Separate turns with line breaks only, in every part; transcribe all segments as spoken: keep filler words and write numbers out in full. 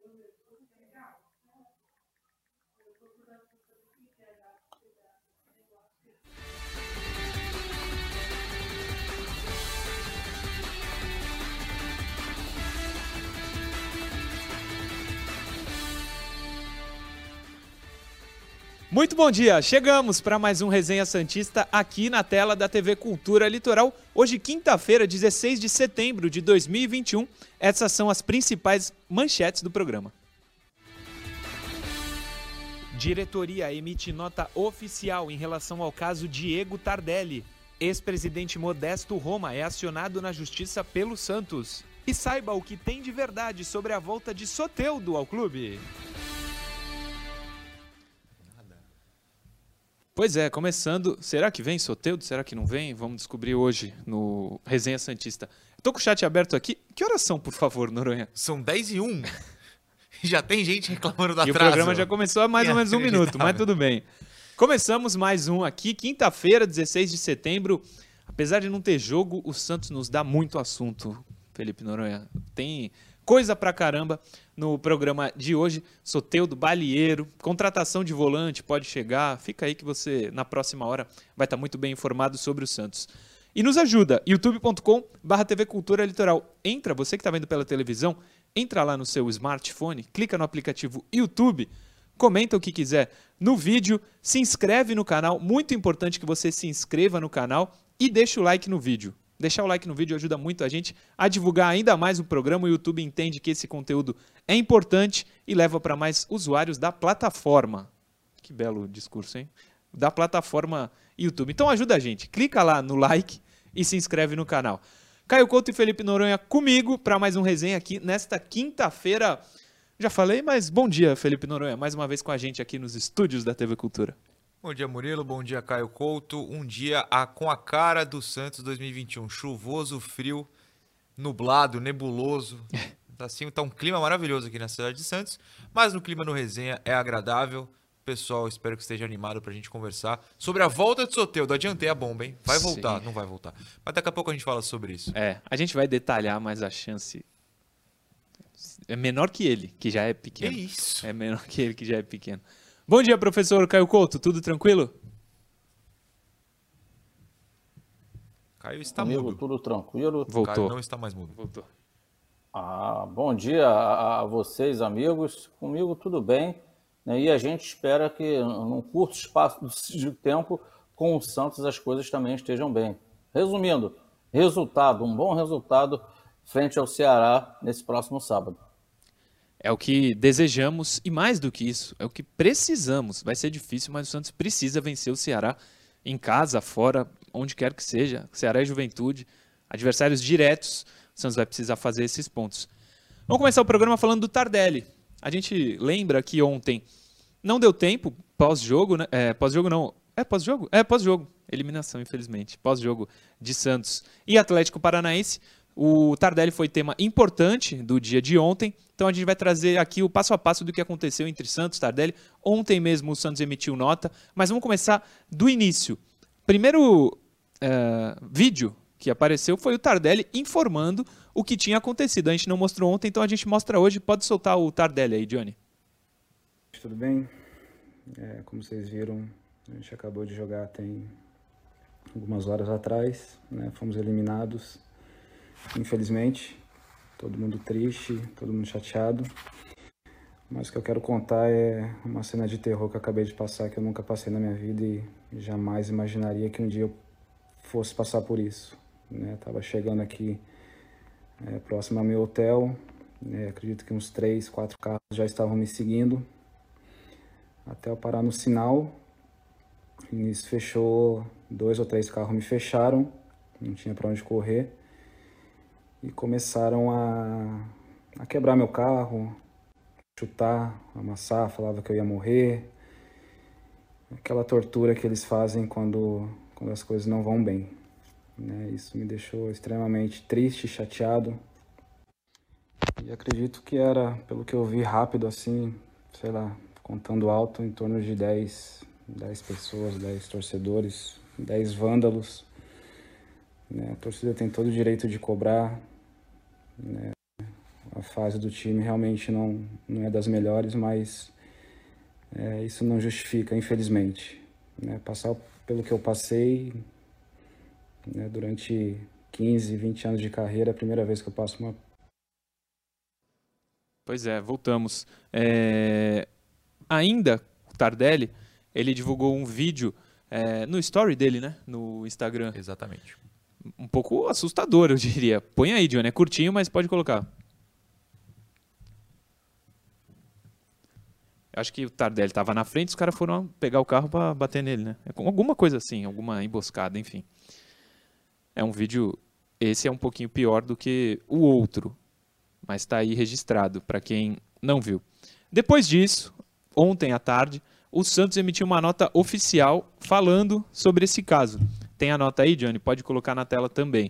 Muito bom dia, chegamos para mais um Resenha Santista aqui na tela da T V Cultura Litoral. Hoje, quinta-feira, dezesseis de setembro de dois mil e vinte e um. Essas são as principais manchetes do programa. Diretoria emite nota oficial em relação ao caso Diego Tardelli. Ex-presidente Modesto Roma é acionado na justiça pelo Santos. E saiba o que tem de verdade sobre a volta de Soteldo ao clube. Pois é, começando. Será que vem Soteldo? Será que não vem? Vamos descobrir hoje no Resenha Santista. Estou com o chat aberto aqui. Que horas são, por favor, Noronha?
São dez e um. Já tem gente reclamando da atraso.
E o programa já começou há mais ou menos um minuto, mas tudo bem. Começamos mais um aqui, quinta-feira, dezesseis de setembro. Apesar de não ter jogo, o Santos nos dá muito assunto, Felipe Noronha. Tem coisa pra caramba no programa de hoje. Soteldo, Balieiro, contratação de volante pode chegar. Fica aí que você, na próxima hora, vai estar muito bem informado sobre o Santos. E nos ajuda, youtube ponto com barra T V Cultura Litoral. Entra, você que está vendo pela televisão, entra lá no seu smartphone, clica no aplicativo YouTube, comenta o que quiser no vídeo, se inscreve no canal. Muito importante que você se inscreva no canal e deixe o like no vídeo. Deixar o like no vídeo ajuda muito a gente a divulgar ainda mais o programa. O YouTube entende que esse conteúdo é importante e leva para mais usuários da plataforma. Que belo discurso, hein? Da plataforma YouTube. Então ajuda a gente. Clica lá no like e se inscreve no canal. Caio Couto e Felipe Noronha comigo para mais um resenha aqui nesta quinta-feira. Já falei, mas bom dia, Felipe Noronha. Mais uma vez com a gente aqui nos estúdios da T V Cultura.
Bom dia, Murilo. Bom dia, Caio Couto. Um dia a, com a cara do Santos dois mil e vinte e um. Chuvoso, frio, nublado, nebuloso. Assim, tá um clima maravilhoso aqui na cidade de Santos. Mas no clima no resenha é agradável. Pessoal, espero que esteja animado pra gente conversar sobre a volta de Soteldo. Adiantei a bomba, hein? Vai voltar, Sim. Não vai voltar. Mas daqui a pouco a gente fala sobre isso.
É, a gente vai detalhar, mas a chance é menor que ele, que já é pequeno.
Que isso?
É menor que ele, que já é pequeno. Bom dia, professor Caio Couto. Tudo tranquilo?
Caio está
Amigo,
mudo.
tudo tranquilo?
Voltou.
Caio não está mais mudo.
Voltou.
Ah, bom dia a, a vocês, amigos. Comigo tudo bem. Né? E a gente espera que, num curto espaço de tempo, com o Santos as coisas também estejam bem. Resumindo, resultado, um bom resultado frente ao Ceará nesse próximo sábado.
É o que desejamos e mais do que isso, é o que precisamos. Vai ser difícil, mas o Santos precisa vencer o Ceará em casa, fora, onde quer que seja. Ceará e Juventude, adversários diretos, o Santos vai precisar fazer esses pontos. Vamos começar o programa falando do Tardelli. A gente lembra que ontem não deu tempo, pós-jogo, né? É, pós-jogo não, é pós-jogo? É pós-jogo, eliminação infelizmente, pós-jogo de Santos e Atlético Paranaense. O Tardelli foi tema importante do dia de ontem, então a gente vai trazer aqui o passo a passo do que aconteceu entre Santos e Tardelli. Ontem mesmo o Santos emitiu nota, mas vamos começar do início. Primeiro uh, vídeo que apareceu foi o Tardelli informando o que tinha acontecido. A gente não mostrou ontem, então a gente mostra hoje. Pode soltar o Tardelli aí, Johnny.
Tudo bem? É, como vocês viram, a gente acabou de jogar tem algumas horas atrás, né? Fomos eliminados. Infelizmente, todo mundo triste, todo mundo chateado. Mas o que eu quero contar é uma cena de terror que eu acabei de passar, que eu nunca passei na minha vida e jamais imaginaria que um dia eu fosse passar por isso. Né? Tava chegando aqui é, próximo ao meu hotel, né? Acredito que uns três, quatro carros já estavam me seguindo. Até eu parar no sinal, e nisso fechou, dois ou três carros me fecharam, não tinha para onde correr. E começaram a, a quebrar meu carro, chutar, amassar, falava que eu ia morrer. Aquela tortura que eles fazem quando, quando as coisas não vão bem. Né? Isso me deixou extremamente triste, chateado. E acredito que era, pelo que eu vi rápido assim, sei lá, contando alto, em torno de dez, dez pessoas, dez torcedores, dez vândalos. Né? A torcida tem todo o direito de cobrar, né? a fase do time realmente não, não é das melhores, mas é, isso não justifica, infelizmente. Né? Passar pelo que eu passei, né, durante quinze, vinte anos de carreira, é a primeira vez que eu passo uma...
Pois é, voltamos. É... Ainda, o Tardelli, ele divulgou um vídeo é, no story dele, né? No Instagram.
Exatamente.
Um pouco assustador, eu diria. Põe aí, Johnny. É curtinho, mas pode colocar. Acho que o Tardelli estava na frente, os caras foram pegar o carro para bater nele, né? É alguma coisa assim, alguma emboscada, enfim. É um vídeo... Esse é um pouquinho pior do que o outro, mas está aí registrado para quem não viu. Depois disso, ontem à tarde, o Santos emitiu uma nota oficial falando sobre esse caso. Tem a nota aí, Johnny? Pode colocar na tela também.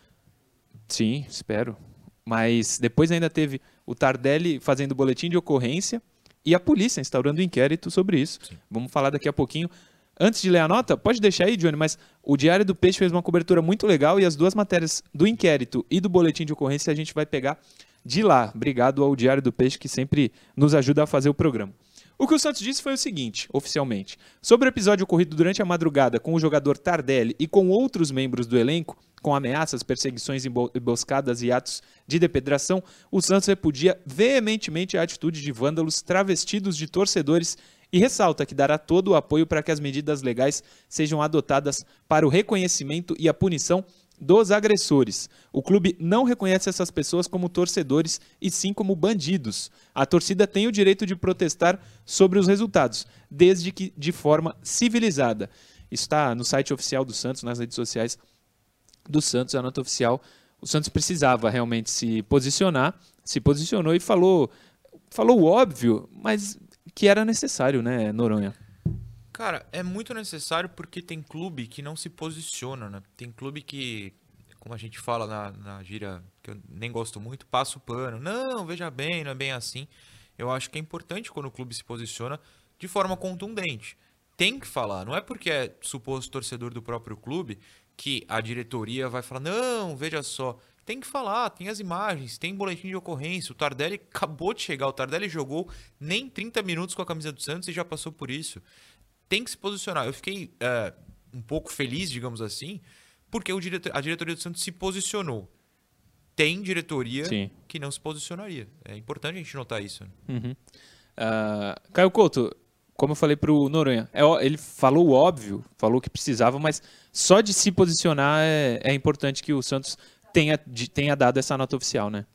Sim, espero. Mas depois ainda teve o Tardelli fazendo boletim de ocorrência e a polícia instaurando um inquérito sobre isso. Sim. Vamos falar daqui a pouquinho. Antes de ler a nota, pode deixar aí, Johnny, mas o Diário do Peixe fez uma cobertura muito legal e as duas matérias do inquérito e do boletim de ocorrência a gente vai pegar de lá. Obrigado ao Diário do Peixe que sempre nos ajuda a fazer o programa. O que o Santos disse foi o seguinte, oficialmente. Sobre o episódio ocorrido durante a madrugada com o jogador Tardelli e com outros membros do elenco, com ameaças, perseguições, emboscadas e atos de depredação, o Santos repudia veementemente a atitude de vândalos travestidos de torcedores e ressalta que dará todo o apoio para que as medidas legais sejam adotadas para o reconhecimento e a punição dos agressores. O clube não reconhece essas pessoas como torcedores e sim como bandidos. A torcida tem o direito de protestar sobre os resultados, desde que de forma civilizada. Isso está no site oficial do Santos, nas redes sociais do Santos, a nota oficial. O Santos precisava realmente se posicionar, se posicionou e falou, falou o óbvio, mas que era necessário, né, Noronha?
Cara, é muito necessário porque tem clube que não se posiciona, né? Tem clube que, como a gente fala na, na gíria, que eu nem gosto muito, passa o pano. Não, veja bem, não é bem assim. Eu acho que é importante quando o clube se posiciona de forma contundente. Tem que falar, não é porque é suposto torcedor do próprio clube que a diretoria vai falar, não, veja só. Tem que falar, tem as imagens, tem boletim de ocorrência. O Tardelli acabou de chegar, o Tardelli jogou nem trinta minutos com a camisa do Santos e já passou por isso. Tem que se posicionar. Eu fiquei é, um pouco feliz, digamos assim, porque o diretor, a diretoria do Santos se posicionou. Tem diretoria Sim. que não se posicionaria. É importante a gente notar isso. Né?
Uhum. Uh, Caio Couto, como eu falei para o Noronha, é, ele falou o óbvio, falou que precisava, mas só de se posicionar é, é importante que o Santos tenha, de, tenha dado essa nota oficial, né?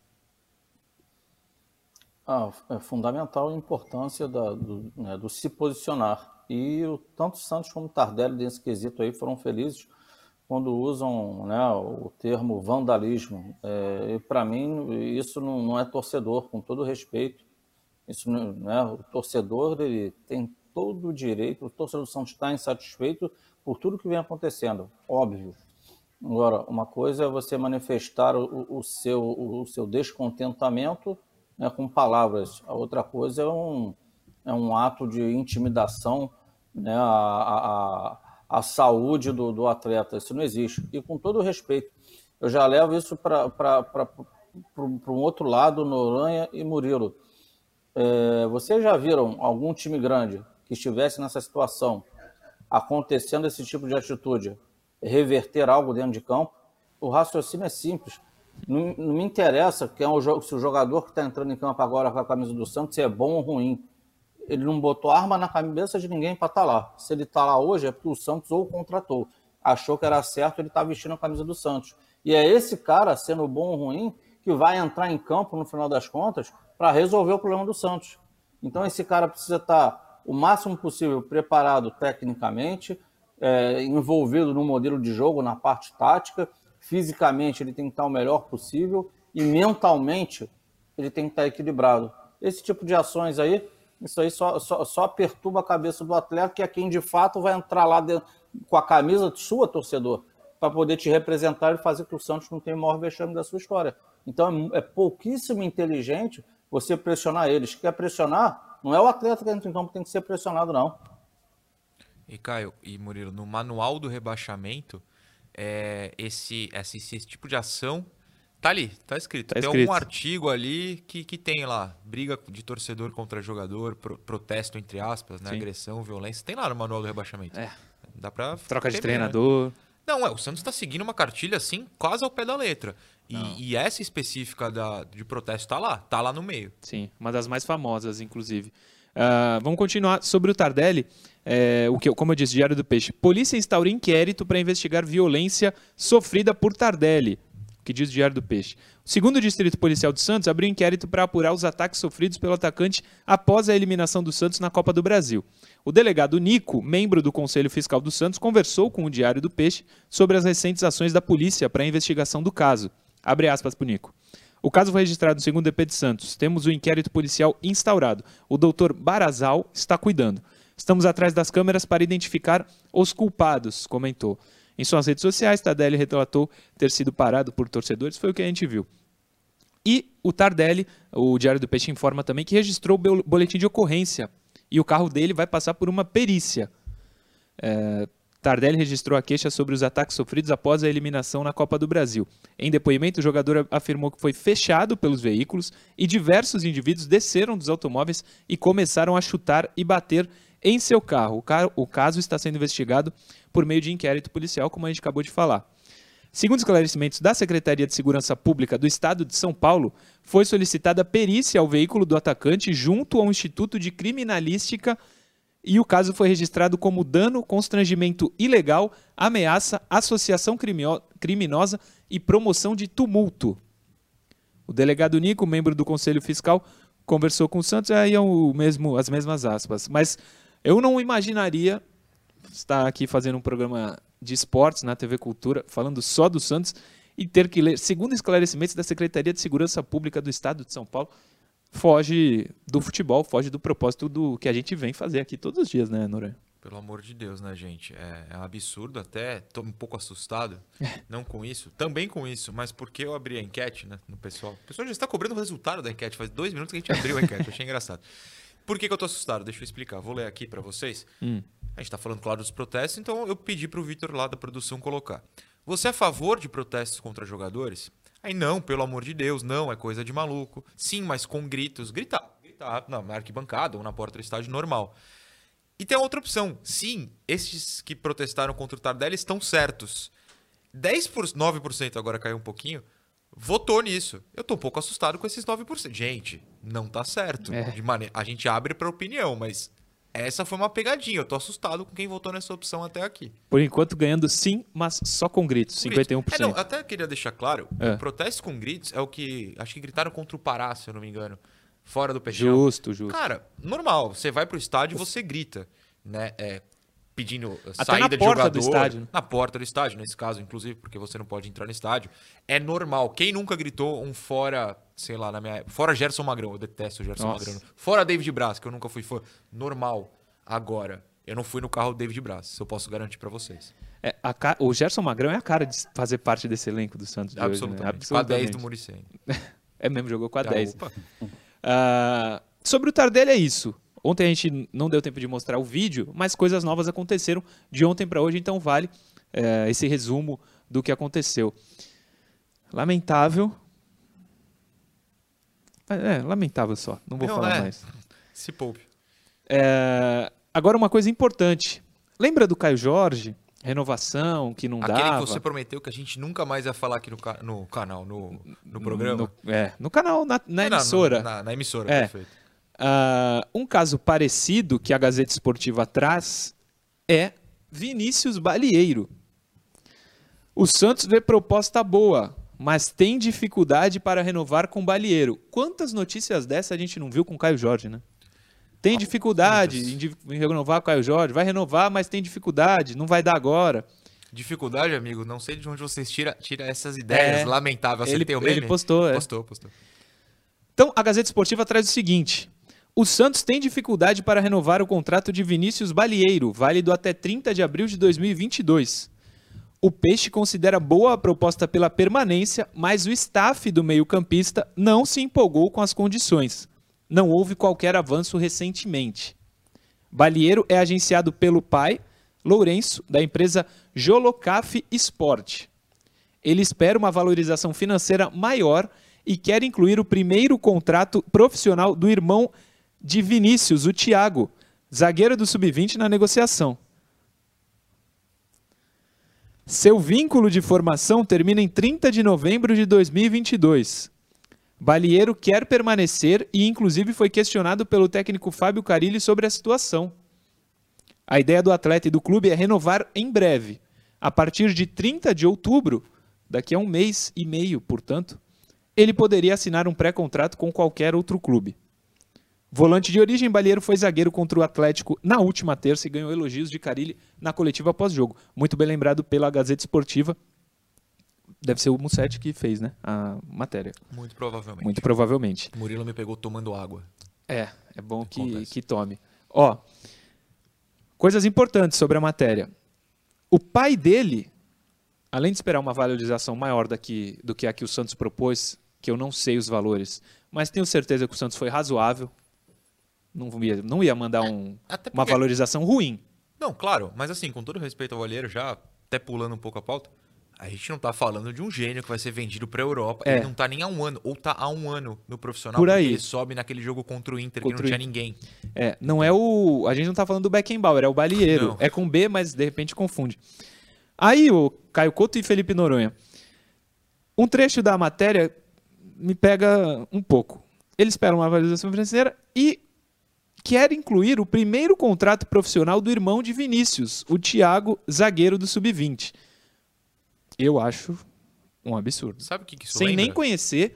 Ah, é fundamental a importância da, do, né, do se posicionar. E o, tanto o Santos como o Tardelli, nesse quesito aí, foram felizes quando usam, né, o termo vandalismo. É, e para mim, isso não, não é torcedor, com todo respeito. Isso, né, o torcedor ele tem todo o direito, o torcedor do Santos está insatisfeito por tudo que vem acontecendo, óbvio. Agora, uma coisa é você manifestar o, o, seu, o seu descontentamento, né, com palavras. A outra coisa é um, é um ato de intimidação, né, a, a, a saúde do, do atleta. Isso não existe. E com todo respeito, eu já levo isso para um outro lado, Noronha e Murilo. É, vocês já viram algum time grande que estivesse nessa situação, acontecendo esse tipo de atitude, reverter algo dentro de campo? O raciocínio é simples. Não, não me interessa quem é o, se o jogador que está entrando em campo agora com a camisa do Santos é bom ou ruim. Ele não botou arma na cabeça de ninguém para estar tá lá. Se ele está lá hoje é porque o Santos ou o contratou. Achou que era certo, ele está vestindo a camisa do Santos. E é esse cara, sendo bom ou ruim, que vai entrar em campo no final das contas para resolver o problema do Santos. Então esse cara precisa estar tá, o máximo possível preparado tecnicamente, é, envolvido no modelo de jogo, na parte tática. Fisicamente ele tem que estar o melhor possível e mentalmente ele tem que estar equilibrado. Esse tipo de ações aí, isso aí só, só, só perturba a cabeça do atleta, que é quem de fato vai entrar lá dentro, com a camisa sua, torcedor, para poder te representar e fazer que o Santos não tenha o maior vexame da sua história. Então é, é pouquíssimo inteligente você pressionar eles. Quer pressionar? Não é o atleta que entra em campo que tem que ser pressionado, não.
E Caio e Murilo, no manual do rebaixamento, É, esse, esse, esse tipo de ação Tá ali, tá escrito.
Tá
tem
escrito.
algum artigo ali que, que tem lá, briga de torcedor contra jogador, pro, protesto entre aspas, né?
Sim.
Agressão, violência. Tem lá no manual do rebaixamento.
É.
Dá pra...
Troca de
ter,
treinador.
Né? Não, é, o Santos tá seguindo uma cartilha assim, quase ao pé da letra. E, e essa específica da, de protesto tá lá, tá lá no meio.
Sim, uma das mais famosas, inclusive. Uh, vamos continuar sobre o Tardelli. É, o que, como eu disse, Diário do Peixe. Polícia instaura inquérito para investigar violência sofrida por Tardelli. O que diz o Diário do Peixe. O segundo Distrito Policial de Santos abriu inquérito para apurar os ataques sofridos pelo atacante após a eliminação do Santos na Copa do Brasil. O delegado Nico, membro do Conselho Fiscal do Santos, conversou com o Diário do Peixe sobre as recentes ações da polícia para a investigação do caso. Abre aspas para o Nico. O caso foi registrado no segundo D P de Santos. Temos o inquérito policial instaurado. O doutor Barazal está cuidando. Estamos atrás das câmeras para identificar os culpados, comentou. Em suas redes sociais, Tardelli relatou ter sido parado por torcedores, foi o que a gente viu. E o Tardelli, o Diário do Peixe informa também que registrou o boletim de ocorrência e o carro dele vai passar por uma perícia. É, Tardelli registrou a queixa sobre os ataques sofridos após a eliminação na Copa do Brasil. Em depoimento, o jogador afirmou que foi fechado pelos veículos e diversos indivíduos desceram dos automóveis e começaram a chutar e bater em seu carro. O, ca- o caso está sendo investigado por meio de inquérito policial, como a gente acabou de falar. Segundo esclarecimentos da Secretaria de Segurança Pública do Estado de São Paulo, foi solicitada perícia ao veículo do atacante junto ao Instituto de Criminalística e o caso foi registrado como dano, constrangimento ilegal, ameaça, associação crimio- criminosa e promoção de tumulto. O delegado Nico, membro do Conselho Fiscal, conversou com o Santos, aí é o mesmo, as mesmas aspas. Mas eu não imaginaria estar aqui fazendo um programa de esportes na T V Cultura, falando só do Santos, e ter que ler, segundo esclarecimentos da Secretaria de Segurança Pública do Estado de São Paulo, foge do futebol, foge do propósito do que a gente vem fazer aqui todos os dias, né, Noronha?
Pelo amor de Deus, né, gente? É, é um absurdo, até tô um pouco assustado. Não com isso, também com isso, mas porque eu abri a enquete, né, no pessoal. O pessoal já está cobrando o resultado da enquete, faz dois minutos que a gente abriu a enquete, eu achei engraçado. Por que, que eu tô assustado? Deixa eu explicar, vou ler aqui para vocês.
Hum.
A gente tá falando, claro, dos protestos, então eu pedi pro Vitor lá da produção colocar. Você é a favor de protestos contra jogadores? Aí não, pelo amor de Deus, não, é coisa de maluco. Sim, mas com gritos, gritar, gritar na arquibancada ou na porta do estádio normal. E tem a outra opção. Sim, esses que protestaram contra o Tardelli estão certos. dez por cento, nove por cento agora caiu um pouquinho, votou nisso. Eu tô um pouco assustado com esses nove por cento. Gente, não tá certo.
É.
De maneira... A gente abre pra opinião, mas essa foi uma pegadinha. Eu tô assustado com quem votou nessa opção até aqui.
Por enquanto ganhando sim, mas só com gritos, cinquenta e um por cento.
É, não, até queria deixar claro,
É.
o protesto com gritos é o que... Acho que gritaram contra o Pará, se eu não me engano. Fora do Peixão.
Justo, justo.
Cara, normal. Você vai pro estádio e você grita, né? É, pedindo
Até
saída
na
de
porta
jogador.
do estádio, né?
Na porta do estádio, nesse caso, inclusive, porque você não pode entrar no estádio. É normal. Quem nunca gritou um fora, sei lá, na minha época, fora Gerson Magrão, eu detesto o Gerson
Nossa.
Magrão. Fora David Braz, que eu nunca fui fã. Normal. Agora, eu não fui no carro do David Braz, isso eu posso garantir pra vocês.
É, a ca- O Gerson Magrão é a cara de fazer parte desse elenco do Santos de
Absolutamente.
hoje, né?
Com a dez do Muricy.
É mesmo, jogou com a
Ah,
dez.
opa.
Ah, sobre o Tardelli é isso. Ontem a gente não deu tempo de mostrar o vídeo, mas coisas novas aconteceram de ontem para hoje, então vale é, esse resumo do que aconteceu. Lamentável. É, lamentável só, não vou
Não,
falar
é.
mais.
Se poupe.
É, agora uma coisa importante. Lembra do Caio Jorge? Renovação, que não
Aquele
dava.
que você prometeu que a gente nunca mais ia falar aqui no, ca- no canal, no, no programa.
No, é, no canal, na, na
Não,
emissora.
Na, na emissora,
É.
perfeito.
Ah, um caso parecido que a Gazeta Esportiva traz é Vinícius Balieiro. O Santos vê proposta boa, mas tem dificuldade para renovar com Balieiro. Quantas notícias dessa a gente não viu com o Caio Jorge, né? Tem dificuldade em, di- em renovar com o Caio Jorge, vai renovar, mas tem dificuldade, não vai dar agora.
Dificuldade, amigo, não sei de onde vocês tiram tira essas ideias
É,
lamentáveis. Você
ele-
tem o meme?
ele postou, é.
Postou, postou.
Então, a Gazeta Esportiva traz o seguinte: o Santos tem dificuldade para renovar o contrato de Vinícius Balieiro, válido até trinta de abril de dois mil e vinte e dois. O Peixe considera boa a proposta pela permanência, mas o staff do meio-campista não se empolgou com as condições. Não houve qualquer avanço recentemente. Balieiro é agenciado pelo pai, Lourenço, da empresa Jolocaf Sport. Ele espera uma valorização financeira maior e quer incluir o primeiro contrato profissional do irmão de Vinícius, o Thiago, zagueiro do sub vinte, na negociação. Seu vínculo de formação termina em trinta de novembro de dois mil e vinte e dois. Balieiro quer permanecer e, inclusive, foi questionado pelo técnico Fábio Carille sobre a situação. A ideia do atleta e do clube é renovar em breve. A partir de trinta de outubro, daqui a um mês e meio, portanto, ele poderia assinar um pré-contrato com qualquer outro clube. Volante de origem, Balieiro foi zagueiro contra o Atlético na última terça e ganhou elogios de Carille na coletiva pós-jogo. Muito bem lembrado pela Gazeta Esportiva. Deve ser o Mussetti que fez, né, a matéria.
Muito provavelmente.
Muito provavelmente.
Murilo me pegou tomando água.
É, é bom que, que tome. Ó, coisas importantes sobre a matéria. O pai dele, além de esperar uma valorização maior daqui, do que a que o Santos propôs, que eu não sei os valores, mas tenho certeza que o Santos foi razoável. Não ia, não ia mandar um,
porque...
uma valorização ruim.
Não, claro, mas assim, com todo respeito ao Balieiro, já até pulando um pouco a pauta, a gente não tá falando de um gênio que vai ser vendido pra Europa. É. Ele não tá nem há um ano, ou tá há um ano no profissional,
por aí.
Porque ele sobe naquele jogo contra o Inter, contra que não tinha ninguém.
É, não é o... A gente não tá falando do Beckenbauer, é o Balieiro. Não. É com B, mas de repente confunde. Aí o Caio Couto e Felipe Noronha. Um trecho da matéria me pega um pouco. Eles esperam uma valorização financeira e quer incluir o primeiro contrato profissional do irmão de Vinícius, o Thiago, zagueiro do sub vinte. Eu acho um absurdo.
Sabe o que, que isso
Sem
lembra?
nem conhecer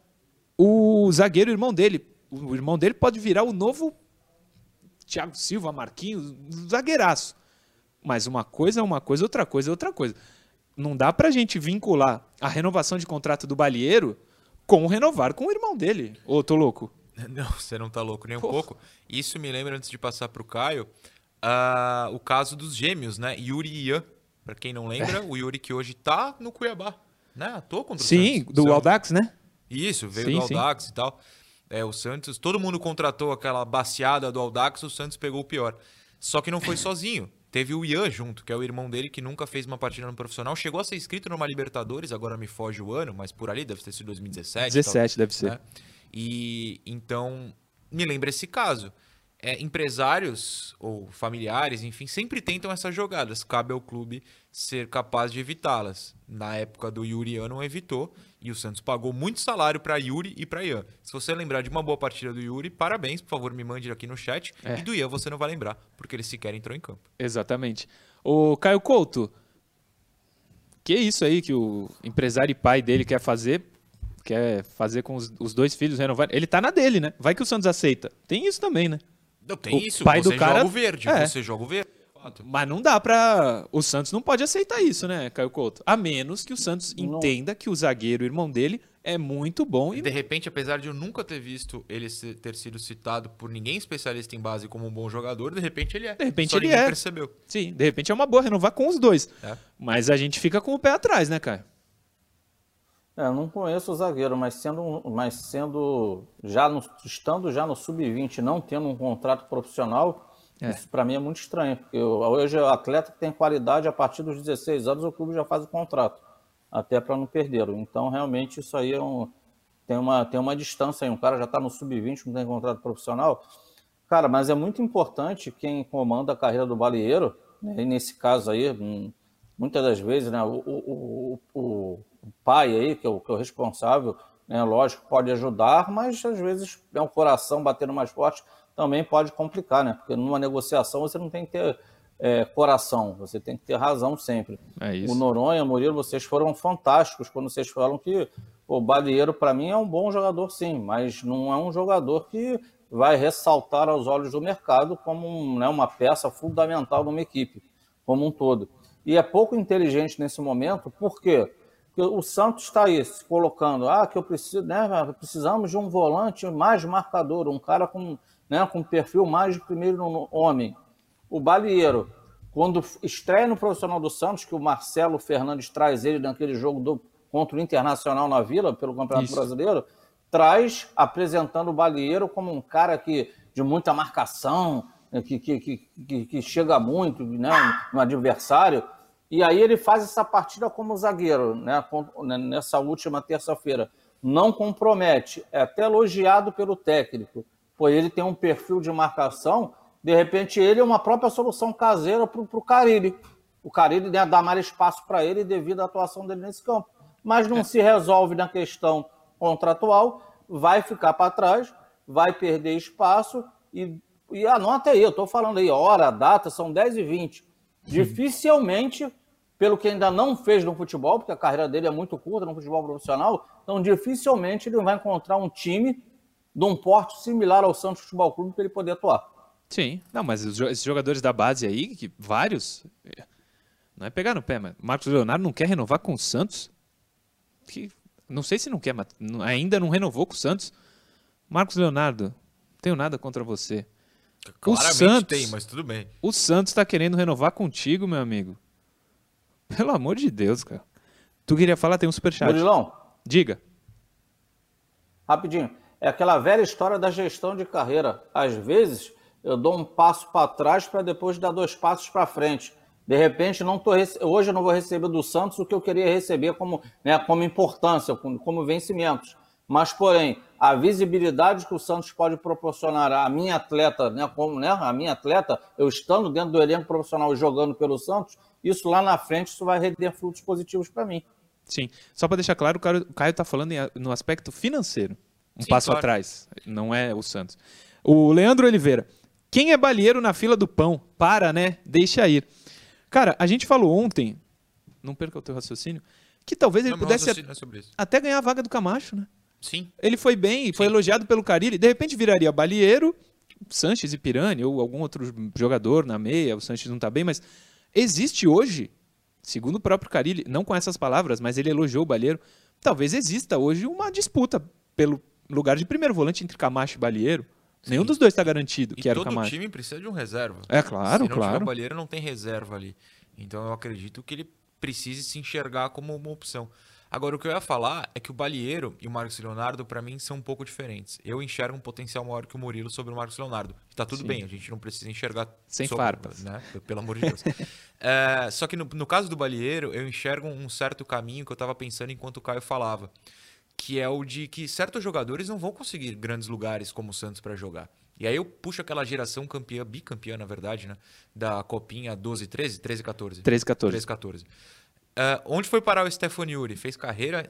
o zagueiro, o irmão dele. O irmão dele pode virar o novo Thiago Silva, Marquinhos, zagueiraço. Mas uma coisa é uma coisa, outra coisa é outra coisa. Não dá pra gente vincular a renovação de contrato do Balieiro com renovar com o irmão dele. Ô, tô louco?
Não, você não tá louco nem um Porra. pouco. Isso me lembra, antes de passar pro Caio, uh, o caso dos gêmeos, né? Yuri e Ian. Pra quem não lembra, é. o Yuri que hoje tá no Cuiabá, né? Atuou contra o
Sim,
Santos.
do
São...
Audax, né?
Isso, veio
sim,
do Audax sim. e tal. É, o Santos, todo mundo contratou aquela baciada do Audax, o Santos pegou o pior. Só que não foi sozinho. Teve o Ian junto, que é o irmão dele, que nunca fez uma partida no profissional. Chegou a ser inscrito numa Libertadores, agora me foge o ano, mas por ali deve ter sido dois mil e dezessete.
dezessete, deve ser.
Né? E então, me lembra esse caso. É, empresários ou familiares, enfim, sempre tentam essas jogadas. Cabe ao clube ser capaz de evitá-las. Na época do Yuri, Ian não evitou. E o Santos pagou muito salário para Yuri e para Ian. Se você lembrar de uma boa partida do Yuri, parabéns, por favor, me mande aqui no chat. É. E do Ian você não vai lembrar, porque ele sequer entrou em campo.
Exatamente. O Caio Couto, que isso aí que o empresário e pai dele quer fazer? Quer fazer com os, os dois filhos renovar? Ele tá na dele, né? Vai que o Santos aceita. Tem isso também, né?
Não, tem
o
isso,
pai
você
do cara...
joga o verde,
é.
você joga o verde.
Mas não dá pra... O Santos não pode aceitar isso, né, Caio Couto? A menos que o Santos não. entenda que o zagueiro, o irmão dele, é muito bom. E...
De repente, apesar de eu nunca ter visto ele ter sido citado por ninguém especialista em base como um bom jogador, de repente ele é.
De repente
Só
ele
ninguém
é.
percebeu.
Sim, de repente é uma boa renovar com os dois. É. Mas a gente fica com o pé atrás, né, Caio?
É, eu não conheço o zagueiro, mas sendo, mas sendo já no, estando já no sub vinte, não tendo um contrato profissional, é. isso para mim é muito estranho, porque eu, hoje o atleta que tem qualidade, a partir dos dezesseis anos o clube já faz o contrato, até para não perder. Então realmente isso aí é um, tem, uma, tem uma distância aí, um cara já está no sub vinte, não tem contrato profissional. Cara, mas é muito importante quem comanda a carreira do Balieiro, né, e nesse caso aí, muitas das vezes, né, o, o, o, o o pai aí, que é o, que é o responsável, né, lógico, pode ajudar, mas às vezes é um coração batendo mais forte, também pode complicar, né? Porque numa negociação você não tem que ter é, coração, você tem que ter razão sempre.
É isso.
O Noronha, o Murilo, vocês foram fantásticos quando vocês falam que o Balieiro, para mim, é um bom jogador, sim, mas não é um jogador que vai ressaltar aos olhos do mercado como um, né, uma peça fundamental numa equipe, como um todo. E é pouco inteligente nesse momento, por quê? O Santos está aí se colocando, ah, que eu preciso, né, precisamos de um volante mais marcador, um cara com, né, com perfil mais de primeiro homem. O Balieiro, quando estreia no profissional do Santos, que o Marcelo Fernandes traz ele naquele jogo do, contra o Internacional na Vila, pelo Campeonato Isso. Brasileiro, traz apresentando o Balieiro como um cara que, de muita marcação, que, que, que, que chega muito, né, no adversário. E aí ele faz essa partida como zagueiro, né, nessa última terça-feira. Não compromete, é até elogiado pelo técnico, pois ele tem um perfil de marcação, de repente ele é uma própria solução caseira para o Carille. O Carille, né, dá mais espaço para ele devido à atuação dele nesse campo. Mas não se resolve na questão contratual, vai ficar para trás, vai perder espaço e, e anota aí, eu estou falando aí, hora, data, são dez e vinte. Dificilmente, pelo que ainda não fez no futebol, porque a carreira dele é muito curta no futebol profissional, então dificilmente ele vai encontrar um time de um porte similar ao Santos Futebol Clube para ele poder atuar.
Sim, não, mas os, esses jogadores da base aí, que vários, não é pegar no pé, mas Marcos Leonardo não quer renovar com o Santos? Que, não sei se não quer, mas ainda não renovou com o Santos. Marcos Leonardo, não tenho nada contra você.
Claramente
o Santos,
tem, mas tudo bem.
O Santos está querendo renovar contigo, meu amigo. Pelo amor de Deus, cara. Tu queria falar, tem um superchat.
Murilão.
Diga.
Rapidinho. É aquela velha história da gestão de carreira. Às vezes, eu dou um passo para trás para depois dar dois passos para frente. De repente, não tô rece... hoje eu não vou receber do Santos o que eu queria receber como, né, como importância, como, como vencimentos. Mas, porém, a visibilidade que o Santos pode proporcionar à minha atleta, né, como, né, a minha atleta, eu estando dentro do elenco profissional e jogando pelo Santos, isso lá na frente isso vai render frutos positivos para mim.
Sim. Só para deixar claro, o Caio está falando em, no aspecto financeiro. Um
Sim,
passo
claro.
atrás. Não é o Santos. O Leandro Oliveira. Quem é balieiro na fila do pão? Para, né? Deixa ir. Cara, a gente falou ontem, não perca o teu raciocínio, que talvez ele
Não,
pudesse
raciocínio é sobre isso.
até ganhar a vaga do Camacho, né?
Sim.
Ele foi bem, foi
Sim.
elogiado pelo Carille. De repente viraria balieiro, Sanches e Pirani, ou algum outro jogador na meia. O Sanches não tá bem, mas existe hoje, segundo o próprio Carille, não com essas palavras, mas ele elogiou o balieiro, talvez exista hoje uma disputa pelo lugar de primeiro volante entre Camacho e balieiro.
Sim.
Nenhum dos dois está garantido,
E
que era o
todo
Camacho.
time precisa de um reserva.
É claro,
Se não
claro.
tiver o balieiro, não tem reserva ali. Então eu acredito que ele precise se enxergar como uma opção. Agora, o que eu ia falar é que o Balieiro e o Marcos Leonardo, para mim, são um pouco diferentes. Eu enxergo um potencial maior que o Murilo sobre o Marcos Leonardo. Tá tudo
Sim.
bem, a gente não precisa enxergar...
Sem
sobre,
farpas.
né? Pelo amor de Deus. é, só que no, no caso do Balieiro, eu enxergo um certo caminho que eu tava pensando enquanto o Caio falava. Que é o de que certos jogadores não vão conseguir grandes lugares como o Santos para jogar. E aí eu puxo aquela geração campeã, bicampeã, na verdade, né? Da Copinha doze, treze, treze, quatorze.
treze, quatorze.
treze, quatorze. Uh, onde foi parar o Stefan Yuri? Fez carreira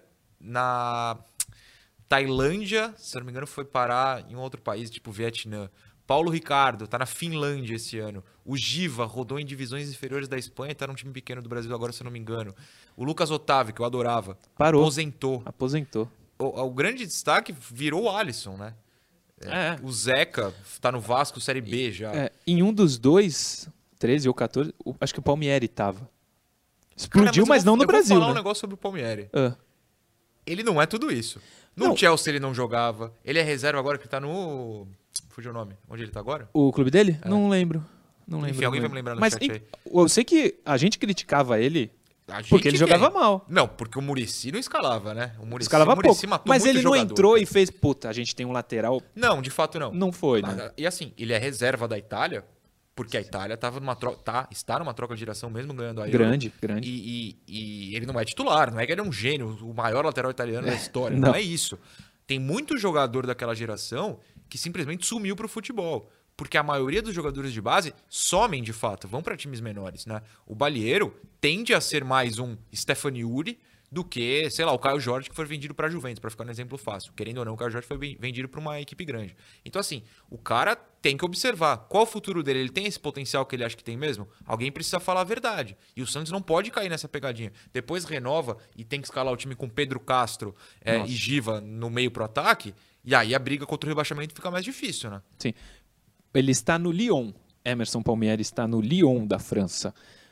na Tailândia, se não me engano, foi parar em um outro país, tipo Vietnã. Paulo Ricardo tá na Finlândia esse ano. O Giva rodou em divisões inferiores da Espanha e tá num time pequeno do Brasil agora, se eu não me engano. O Lucas Otávio, que eu adorava,
Parou.
aposentou.
Aposentou.
O, o grande destaque virou o Alisson, né?
É.
O Zeca tá no Vasco Série B já.
É, em um dos dois, treze ou quatorze, o- acho que o Palmieri tava. Explodiu,
Cara,
mas,
eu
não
vou-
no
eu
Brasil,
vou falar
né?
um negócio sobre o Palmieri.
Ah.
Ele não é tudo isso. No
Não.
Chelsea ele não jogava. Ele é reserva agora que tá no... Fugiu o nome. Onde ele tá agora?
O clube dele? Não lembro. Não lembro.
É. Enfim, alguém
não
vai me
lembro.
lembrar no
Mas
chat
em-
aí.
eu sei que a gente criticava ele
A gente
porque ele
quer.
jogava mal.
Não, porque o Muricy não escalava, né? O Muricy,
Escalava
o Muricy
pouco.
matou
Mas
muito
ele não
jogador.
entrou e fez, puta, a gente tem um lateral.
Não, de fato não.
Não foi, né?
E assim, ele é reserva da Itália, porque a Itália tava numa troca, tá, está numa troca de geração mesmo ganhando a Euro.
Grande, grande.
E, e- e ele não é titular, não é que ele é um gênio, o maior lateral italiano da história.
não.
Não é isso. Tem muito jogador daquela geração que simplesmente sumiu pro futebol. Porque a maioria dos jogadores de base somem de fato, vão para times menores, né? O Balieiro tende a ser mais um Stefan Yuri do que, sei lá, o Caio Jorge que foi vendido para a Juventus, para ficar no exemplo fácil. Querendo ou não, o Caio Jorge foi vendido para uma equipe grande. Então, assim, o cara tem que observar qual o futuro dele. Ele tem esse potencial que ele acha que tem mesmo? Alguém precisa falar a verdade. E o Santos não pode cair nessa pegadinha. Depois renova e tem que escalar o time com Pedro Castro é, e Giva no meio pro ataque. E aí a briga contra o rebaixamento fica mais difícil, né?
Sim. Ele está no Lyon. Emerson Palmieri está no Lyon da França.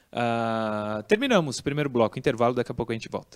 Ah, terminamos o primeiro bloco. Intervalo, daqui a pouco a gente volta.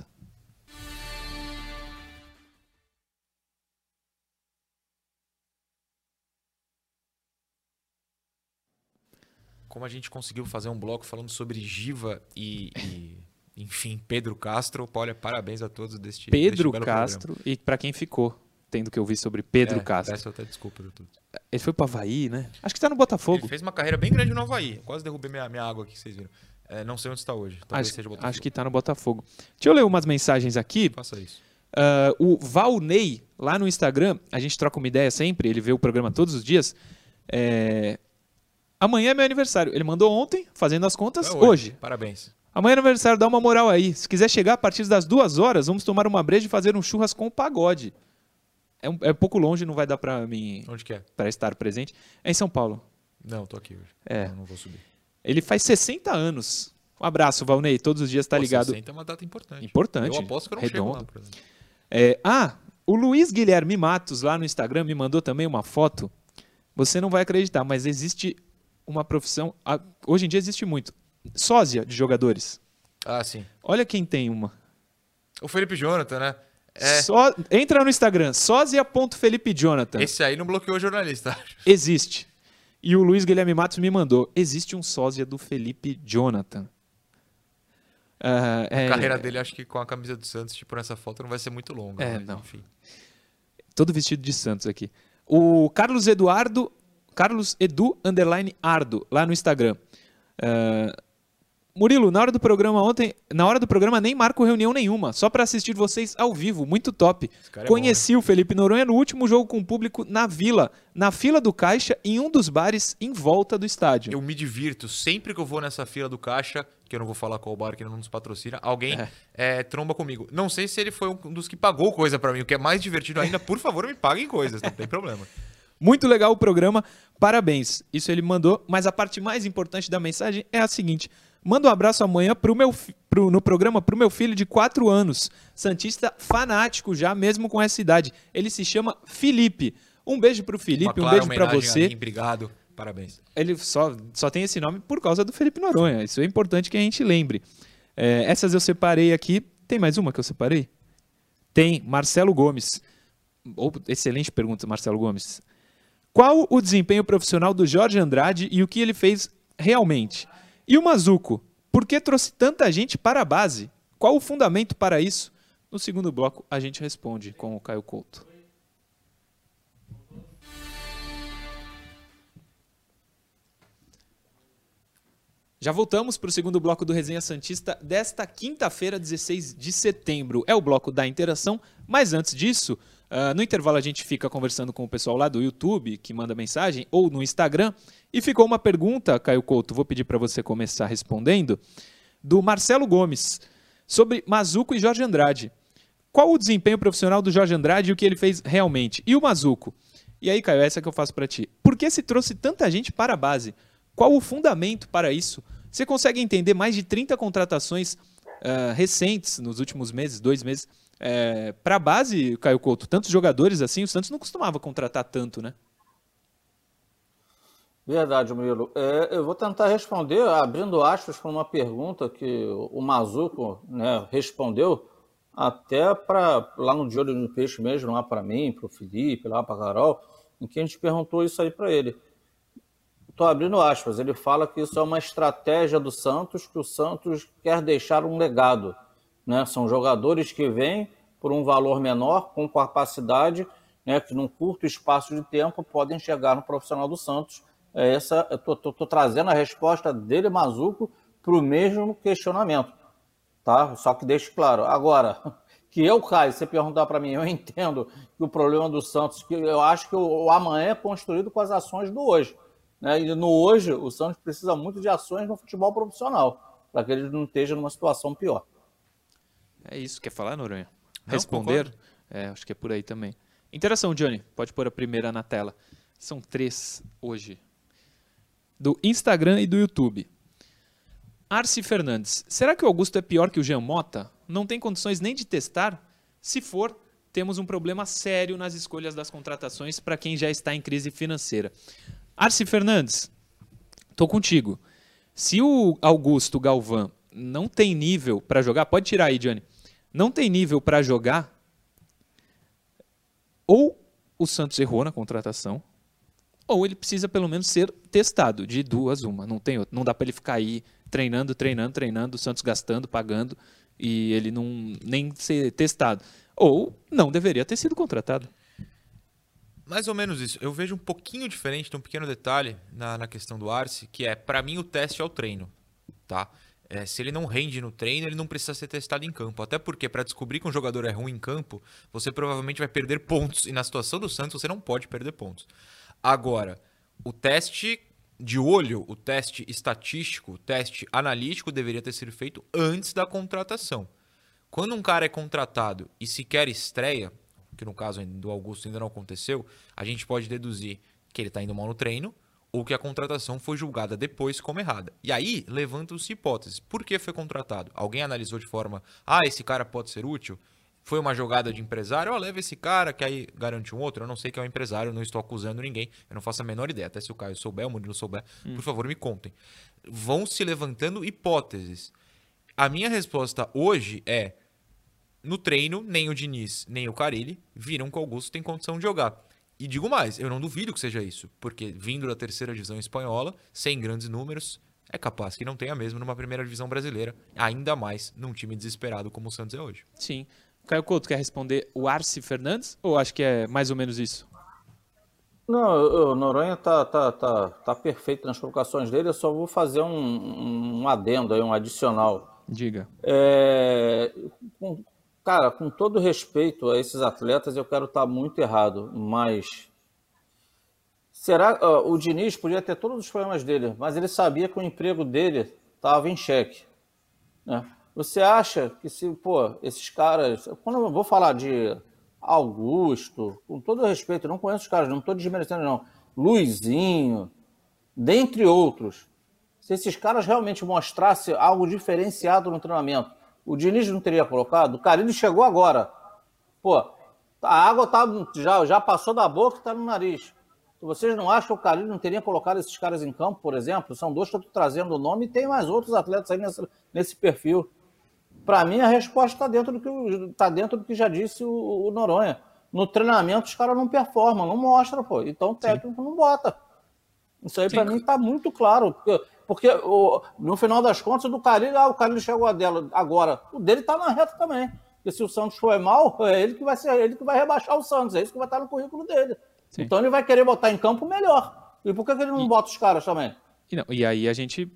Como a gente conseguiu fazer um bloco falando sobre Giva e, e, enfim, Pedro Castro, olha, parabéns a todos deste
Pedro
deste belo
Castro,
programa.
e para quem ficou tendo que ouvir sobre Pedro
É,
Castro.
Peço até desculpa por tudo.
Ele foi para Havaí, né? Acho que tá no Botafogo.
Ele fez uma carreira bem grande no Havaí. Quase derrubei minha, minha água aqui, que vocês viram. É, não sei onde está hoje. Talvez
Acho,
seja Botafogo.
acho que está no Botafogo. Deixa eu ler umas mensagens aqui.
Faça isso.
Uh, o Valnei, lá no Instagram, a gente troca uma ideia sempre, ele vê o programa todos os dias. É... Amanhã é meu aniversário. Ele mandou ontem, fazendo as contas,
É
hoje.
hoje. Parabéns.
Amanhã é aniversário, dá uma moral aí. Se quiser chegar a partir das duas horas, vamos tomar uma breja e fazer um churras com pagode. É um, é um pouco longe, não vai dar pra mim
Onde que é?
pra estar presente. É em São Paulo.
Não, tô aqui hoje.
É.
Não, não vou subir.
Ele faz sessenta anos. Um abraço, Valnei. Todos os dias tá
Pô,
ligado.
sessenta é uma data importante.
Importante.
Eu aposto que eu não
Redondo.
chego lá, por exemplo.
É, ah, o Luiz Guilherme Matos, lá no Instagram, me mandou também uma foto. Você não vai acreditar, mas existe uma profissão... ah, Hoje em dia existe muito. Sósia de jogadores.
Ah, sim.
Olha quem tem uma.
O Felipe Jonathan, né? É.
Só, entra no Instagram, sósia ponto felipe jonathan.
Esse aí não bloqueou o jornalista.
Existe. E o Luiz Guilherme Matos me mandou. Existe um sósia do Felipe Jonathan. Ah, é,
A carreira dele, acho que com a camisa do Santos, tipo, nessa foto não vai ser muito longa.
É,
mas,
não.
Enfim.
todo vestido de Santos aqui. O Carlos Eduardo, Carlos Edu underline Ardo, lá no Instagram. Uh, Murilo, na hora do programa ontem, na hora do programa nem marco reunião nenhuma, só para assistir vocês ao vivo, muito top.
É
Conheci
bom,
o Felipe Noronha no último jogo com o público na Vila, na fila do Caixa, em um dos bares em volta do estádio.
Eu me divirto sempre que eu vou nessa fila do Caixa, que eu não vou falar qual bar que não nos patrocina, alguém
É.
É, tromba comigo. Não sei se ele foi um dos que pagou coisa pra mim, o que é mais divertido ainda. Por favor, me paguem coisas, não tem problema.
Muito legal o programa, parabéns. Isso ele mandou, mas a parte mais importante da mensagem é a seguinte: manda um abraço amanhã pro meu, pro, no programa pro meu filho de quatro anos, santista fanático já, mesmo com essa idade. Ele se chama Felipe. Um beijo pro Felipe, um beijo pra você.
A mim, obrigado, parabéns.
Ele só, só tem esse nome por causa do Felipe Noronha. Isso é importante que a gente lembre. É, essas eu separei aqui. Tem mais uma que eu separei? Tem, Marcelo Gomes. Oh, excelente pergunta, Marcelo Gomes. Qual o desempenho profissional do Jorge Andrade e o que ele fez realmente? E o Mazuco, por que trouxe tanta gente para a base? Qual o fundamento para isso? No segundo bloco, a gente responde com o Caio Couto. Já voltamos para o segundo bloco do Resenha Santista desta quinta-feira, dezesseis de setembro. É o bloco da interação, mas antes disso, uh, no intervalo a gente fica conversando com o pessoal lá do YouTube, que manda mensagem, ou no Instagram, e ficou uma pergunta, Caio Couto, vou pedir para você começar respondendo, do Marcelo Gomes, sobre Mazuco e Jorge Andrade. Qual o desempenho profissional do Jorge Andrade e o que ele fez realmente? E o Mazuco? E aí, Caio, essa que eu faço para ti. Por que se trouxe tanta gente para a base? Qual o fundamento para isso? Você consegue entender mais de trinta contratações uh, recentes, nos últimos meses, dois meses, uh, para a base, Caio Couto? Tantos jogadores assim, o Santos não costumava contratar tanto, né?
Verdade, Murilo. É, eu vou tentar responder, abrindo aspas para uma pergunta que o Mazuco, né, respondeu, até para lá no De Olho no Peixe mesmo, lá para mim, para o Felipe, lá para a Carol, em que a gente perguntou isso aí para ele. Estou abrindo aspas, ele fala que isso é uma estratégia do Santos, que o Santos quer deixar um legado, né? São jogadores que vêm por um valor menor, com capacidade, né, que num curto espaço de tempo podem chegar no profissional do Santos. É essa, eu estou trazendo a resposta dele, Mazuco, para o mesmo questionamento, tá? Só que deixe claro. Agora, que eu, Caio, você perguntar para mim, eu entendo que o problema do Santos, que eu acho que o amanhã é construído com as ações do hoje. Né? E no hoje, o Santos precisa muito de ações no futebol profissional, para que ele não esteja numa situação pior.
É isso. Quer falar, Noronha?
Não,
Responder? É, acho que é por aí também. Interação, Johnny. Pode pôr a primeira na tela. São três hoje. Do Instagram e do YouTube. Arce Fernandes. Será que o Augusto é pior que o Jean Mota? Não tem condições nem de testar? Se for, temos um problema sério nas escolhas das contratações para quem já está em crise financeira. Arce Fernandes, tô contigo. Se o Augusto Galvão não tem nível para jogar, pode tirar aí, Johnny. Não tem nível para jogar, ou o Santos errou na contratação, ou ele precisa pelo menos ser testado, de duas uma. Não tem outro. Não dá para ele ficar aí treinando, treinando, treinando, o Santos gastando, pagando, e ele não nem ser testado. Ou não deveria ter sido contratado.
Mais ou menos isso. Eu vejo um pouquinho diferente, tem um pequeno detalhe na, na questão do Arce, que é, para mim, o teste é o treino. Tá? É, se ele não rende no treino, ele não precisa ser testado em campo. Até porque, para descobrir que um jogador é ruim em campo, você provavelmente vai perder pontos. E na situação do Santos, você não pode perder pontos. Agora, o teste de olho, o teste estatístico, o teste analítico deveria ter sido feito antes da contratação. Quando um cara é contratado e sequer estreia, que no caso do Augusto ainda não aconteceu, a gente pode deduzir que ele está indo mal no treino, ou que a contratação foi julgada depois como errada. E aí, levantam-se hipóteses. Por que foi contratado? Alguém analisou de forma, ah, esse cara pode ser útil? Foi uma jogada de empresário? Ó, leva esse cara, que aí garante um outro. Eu não sei que é um empresário, eu não estou acusando ninguém. Eu não faço a menor ideia. Até se o Caio souber, o Murilo souber, hum. por favor, me contem. Vão se levantando hipóteses. A minha resposta hoje é, no treino, nem o Diniz, nem o Carille viram que o Augusto tem condição de jogar. E digo mais, eu não duvido que seja isso, porque vindo da terceira divisão espanhola, sem grandes números, é capaz que não tenha mesmo numa primeira divisão brasileira, ainda mais num time desesperado como o Santos é hoje.
Sim. Caio Couto, quer responder o Arce Fernandes ou acho que é mais ou menos isso?
Não, o Noronha tá, tá, tá, tá perfeito nas colocações dele, eu só vou fazer um, um adendo aí, um adicional.
Diga.
É, com, cara, com todo respeito a esses atletas, eu quero estar muito errado, mas será uh, o Diniz podia ter todos os problemas dele, mas ele sabia que o emprego dele estava em xeque, né? Você acha que se, pô, esses caras, quando eu vou falar de Augusto, com todo respeito, eu não conheço os caras, não estou desmerecendo não, Luizinho, dentre outros, se esses caras realmente mostrassem algo diferenciado no treinamento, o Diniz não teria colocado? O Carille chegou agora. Pô, a água tá, já, já passou da boca e está no nariz. Vocês não acham que o Carille não teria colocado esses caras em campo, por exemplo? São dois que eu estou trazendo o nome e tem mais outros atletas aí nesse, nesse perfil. Para mim, a resposta está dentro, do que, tá dentro do que já disse o, o Noronha. No treinamento, os caras não performam, não mostram, pô. Então o técnico Sim. não bota. Isso aí, para mim, está muito claro. Porque, porque o, no final das contas, do Carille, ah, o Carille chegou a dela agora. O dele está na reta também. Porque se o Santos foi mal, é ele que vai ser ele que vai rebaixar o Santos. É isso que vai estar no currículo dele. Sim. Então ele vai querer botar em campo o melhor. E por que, que ele não e, bota os caras também?
E, não, e aí a gente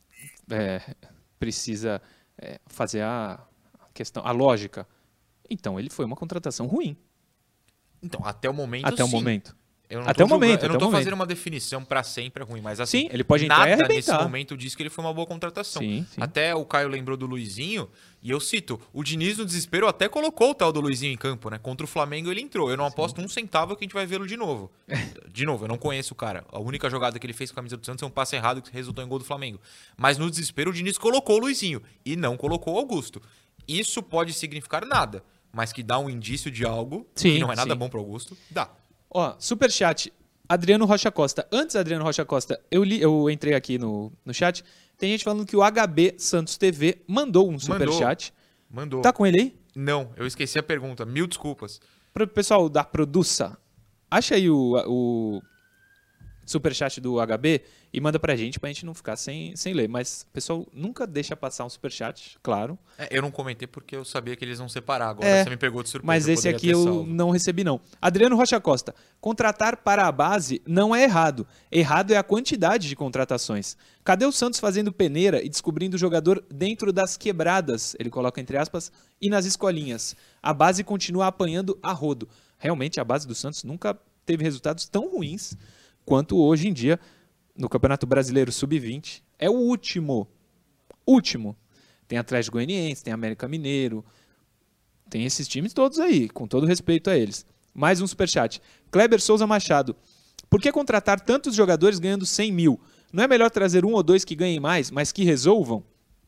é, precisa é, fazer a questão, a lógica. Então ele foi uma contratação ruim.
Então, até o momento,
Até
sim.
o momento.
Eu não
até
tô
o momento.
Eu não estou
momento.
fazendo uma definição para sempre ruim, mas assim,
sim, ele pode entrar
nada
e arrebentar.
nesse momento diz que ele foi uma boa contratação.
Sim, sim.
Até o Caio lembrou do Luizinho, e eu cito, o Diniz no desespero até colocou o tal do Luizinho em campo, né? Contra o Flamengo ele entrou. Eu não aposto sim. um centavo que a gente vai vê-lo de novo. De novo, eu não conheço o cara. A única jogada que ele fez com a camisa do Santos é um passe errado que resultou em gol do Flamengo. Mas no desespero o Diniz colocou o Luizinho e não colocou o Augusto. Isso pode significar nada, mas que dá um indício de algo
sim,
que não é nada
sim.
bom para o Augusto, dá.
Ó, superchat. Adriano Rocha Costa. Antes, Adriano Rocha Costa, eu, li, eu entrei aqui no, no chat. Tem gente falando que o H B Santos T V mandou um superchat.
Mandou.
Tá com ele aí?
Não, eu esqueci a pergunta. Mil desculpas.
Pro pessoal da Produça, acha aí o, o superchat do H B e manda pra gente, pra gente não ficar sem, sem ler. Mas o pessoal nunca deixa passar um superchat, claro.
É, eu não comentei porque eu sabia que eles vão separar. Agora
é,
você me pegou de surpresa.
Mas esse aqui eu salvo. não recebi, não. Adriano Rocha Costa. Contratar para a base não é errado. Errado é a quantidade de contratações. Cadê o Santos fazendo peneira e descobrindo o jogador dentro das quebradas, ele coloca entre aspas, e nas escolinhas? A base continua apanhando a rodo. Realmente, a base do Santos nunca teve resultados tão ruins quanto hoje em dia no Campeonato Brasileiro sub vinte. É o último. Último. Tem Atlético Goianiense, tem América Mineiro, tem esses times todos aí, com todo respeito a eles. Mais um superchat. Kleber Souza Machado. Por que contratar tantos jogadores ganhando cem mil? Não é melhor trazer um ou dois que ganhem mais, mas que resolvam?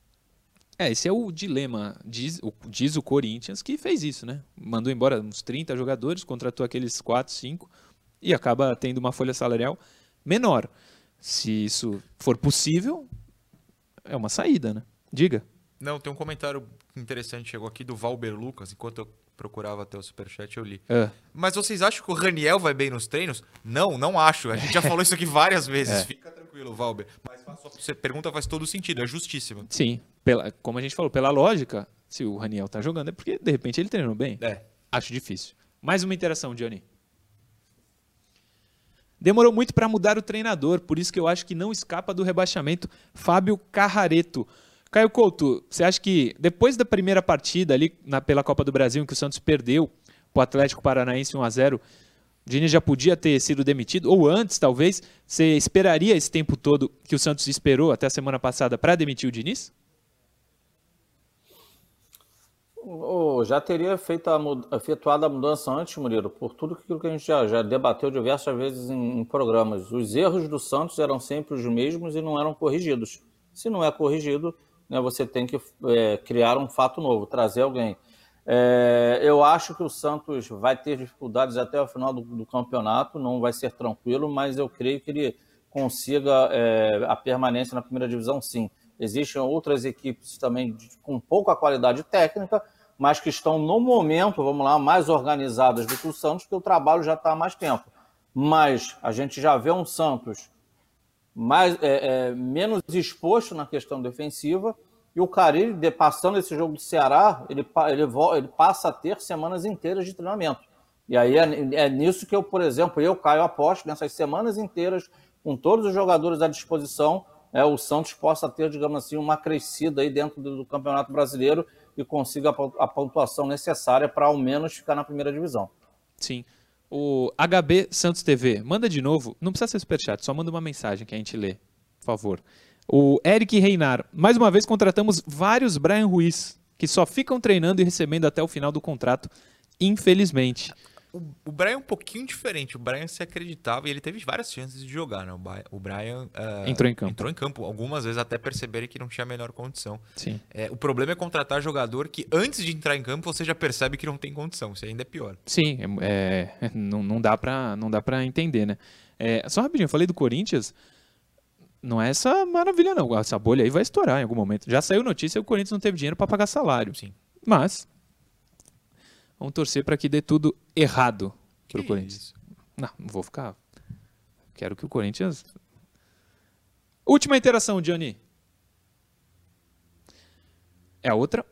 É, esse é o dilema. Diz o, diz o Corinthians que fez isso, né? Mandou embora uns trinta jogadores, contratou aqueles quatro, cinco e acaba tendo uma folha salarial menor. Se isso for possível, é uma saída, né? Diga.
Não, tem um comentário interessante, chegou aqui do Valber Lucas, enquanto eu procurava até o superchat, eu li.
É.
Mas vocês acham que o Raniel vai bem nos treinos? Não, não acho. A gente já falou isso aqui várias vezes. É. Fica tranquilo, Valber. Mas a sua pergunta faz todo sentido, é justíssima.
Sim, pela, como a gente falou, pela lógica, se o Raniel tá jogando é porque, de repente, ele treinou bem.
É.
Acho difícil. Mais uma interação, Johnny. Demorou muito para mudar o treinador, por isso que eu acho que não escapa do rebaixamento. Fábio Carrareto. Caio Couto, você acha que depois da primeira partida ali na, pela Copa do Brasil, em que o Santos perdeu para o Atlético Paranaense um a zero, o Diniz já podia ter sido demitido, ou antes, talvez, você esperaria esse tempo todo que o Santos esperou até a semana passada para demitir o Diniz?
Oh, já teria feito a, efetuado a mudança antes, Murilo, por tudo aquilo que a gente já, já debateu diversas vezes em, em programas. Os erros do Santos eram sempre os mesmos e não eram corrigidos. Se não é corrigido, né, você tem que é, criar um fato novo, trazer alguém. É, eu acho que o Santos vai ter dificuldades até o final do, do campeonato, não vai ser tranquilo, mas eu creio que ele consiga é, a permanência na primeira divisão, sim. Existem outras equipes também de, com pouca qualidade técnica, mas que estão no momento, vamos lá, mais organizadas do que o Santos, porque o trabalho já está há mais tempo. Mas a gente já vê um Santos mais, é, é, menos exposto na questão defensiva, e o Carille, passando esse jogo do Ceará, ele, ele, ele passa a ter semanas inteiras de treinamento. E aí é, é nisso que eu, por exemplo, eu, Caio, aposto, nessas semanas inteiras, com todos os jogadores à disposição, é, o Santos possa ter, digamos assim, uma crescida aí dentro do, do Campeonato Brasileiro e consiga a, a pontuação necessária para ao menos ficar na primeira divisão.
Sim. O H B Santos T V, manda de novo, não precisa ser superchat, só manda uma mensagem que a gente lê, por favor. O Eric Reinar, mais uma vez contratamos vários Brian Ruiz, que só ficam treinando e recebendo até o final do contrato, infelizmente.
O, o Brian é um pouquinho diferente, o Brian se acreditava e ele teve várias chances de jogar, né? O Brian uh,
entrou em campo.
Entrou em campo, algumas vezes até perceberem que não tinha a melhor condição.
Sim.
É, o problema é contratar jogador que antes de entrar em campo você já percebe que não tem condição, isso ainda é pior.
Sim, é, é, não, não dá pra, não dá pra entender, né? É, só rapidinho, eu falei do Corinthians, não é essa maravilha não, essa bolha aí vai estourar em algum momento. Já saiu notícia que o Corinthians não teve dinheiro para pagar salário.
Sim.
Mas vamos torcer para que dê tudo errado pro
Que
Corinthians.
isso?
Não, não vou ficar. Quero que o Corinthians... Última interação, Johnny. É a outra?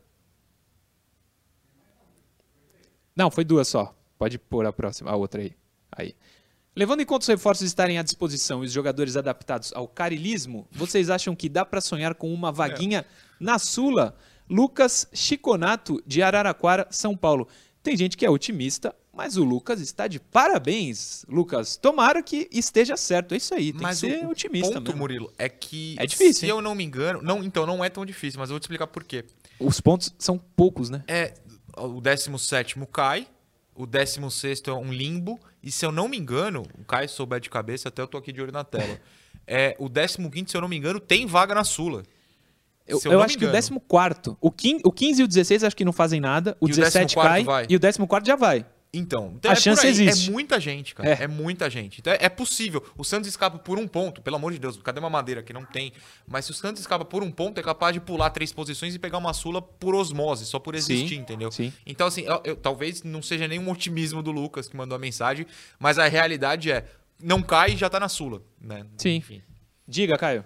Não, foi duas só. Pode pôr a próxima, a outra aí. Aí. Levando em conta os reforços estarem à disposição e os jogadores adaptados ao carilismo, vocês acham que dá para sonhar com uma vaguinha é. na Sula? Lucas Chiconato, de Araraquara, São Paulo. Tem gente que é otimista, mas o Lucas está de parabéns. Lucas, tomara que esteja certo. É isso aí, tem
mas
que ser
o
otimista
ponto,
mesmo.
Murilo, é que
é difícil,
se
hein?
eu não me engano... Não, então, não é tão difícil, mas eu vou te explicar por quê.
Os pontos são poucos, né?
É, o décimo sétimo cai, o décimo sexto é um limbo, e se eu não me engano, o Caio souber de cabeça, até eu tô aqui de olho na tela, é, o décimo quinto, se eu não me engano, tem vaga na Sula.
Eu, eu, eu acho que o décimo quarto, o quinze, o quinze e o dezesseis acho que não fazem nada, o
e
dezessete
o
cai
vai.
e o décimo quarto já vai.
Então, então
a
é
chance
por aí.
existe.
É muita gente, cara. É,
É.
é muita gente. Então é, é possível. O Santos escapa por um ponto, pelo amor de Deus. Cadê uma madeira que não tem? Mas se o Santos escapa por um ponto, é capaz de pular três posições e pegar uma Sula por osmose, só por existir,
Sim,
entendeu?
sim.
Então, assim, eu, eu, talvez não seja nenhum otimismo do Lucas que mandou a mensagem, mas a realidade é, não cai e já tá na Sula, né?
Sim.
Enfim.
Diga, Caio.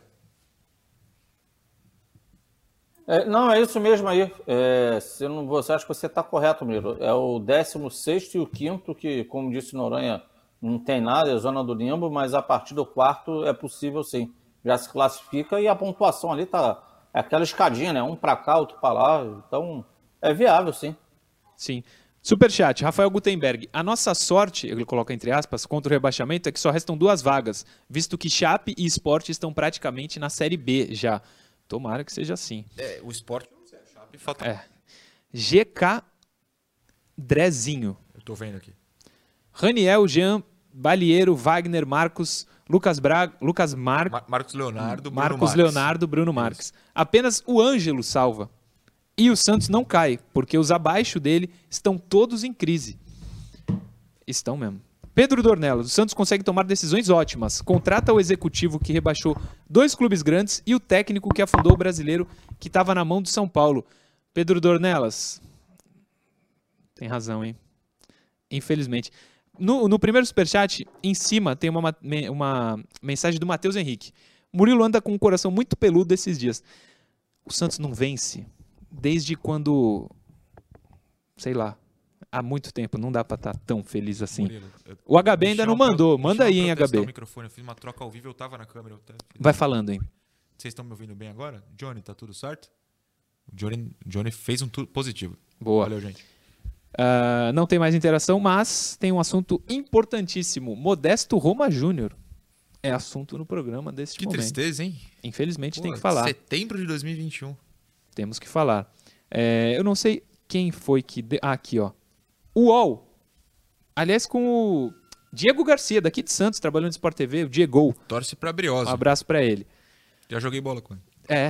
É, não, é isso mesmo aí. É, se não, você acha que você está correto, Murilo. É o décimo sexto e o quinto, que, como disse Noronha, não tem nada, é zona do limbo, mas a partir do quarto é possível sim. Já se classifica e a pontuação ali tá. É aquela escadinha, né? Um para cá, outro para lá. Então, é viável, sim.
Sim. Superchat, Rafael Gutenberg. A nossa sorte, ele coloca entre aspas, contra o rebaixamento é que só restam duas vagas, visto que Chape e Sport estão praticamente na Série B já. Tomara que seja assim.
É, o Sport, não sei, a Chape falta...
É. G K Drezinho.
Eu tô vendo aqui.
Raniel, Jean, Balieiro, Wagner, Marcos, Lucas Braga, Lucas Mar...
Mar Marcos Leonardo, Bruno
Marcos
Marques.
Leonardo, Bruno Marques. Apenas o Ângelo salva. E o Santos não cai, porque os abaixo dele estão todos em crise. Estão mesmo. Pedro Dornelas, o Santos consegue tomar decisões ótimas. Contrata o executivo que rebaixou dois clubes grandes e o técnico que afundou o brasileiro que estava na mão do São Paulo. Pedro Dornelas. Tem razão, hein? Infelizmente. No, no primeiro superchat, em cima, tem uma, uma mensagem do Matheus Henrique. Murilo anda com um coração muito peludo esses dias. O Santos não vence desde quando... Sei lá. Há muito tempo, não dá pra estar tão feliz assim.
Murilo, eu,
o H B ainda não mandou, manda aí, hein, H B.
O microfone, eu fiz uma troca ao vivo, eu tava na câmera. Eu até...
Vai falando, hein.
Vocês estão me ouvindo bem agora? Johnny, tá tudo certo? O Johnny, Johnny fez um tudo positivo.
Boa.
Valeu, gente.
Uh, não tem mais interação, mas tem um assunto importantíssimo. Modesto Roma Júnior é assunto no programa deste
que
momento.
Que tristeza, hein?
Infelizmente
Pô,
tem que falar.
Setembro de dois mil e vinte e um.
Temos que falar. É, eu não sei quem foi que... De... Ah, aqui, ó. O U O L. Aliás, com o Diego Garcia, daqui de Santos, trabalhando no Sport T V, o Diego.
Torce pra Briosa.
Um abraço pra ele.
Já joguei bola com ele.
É.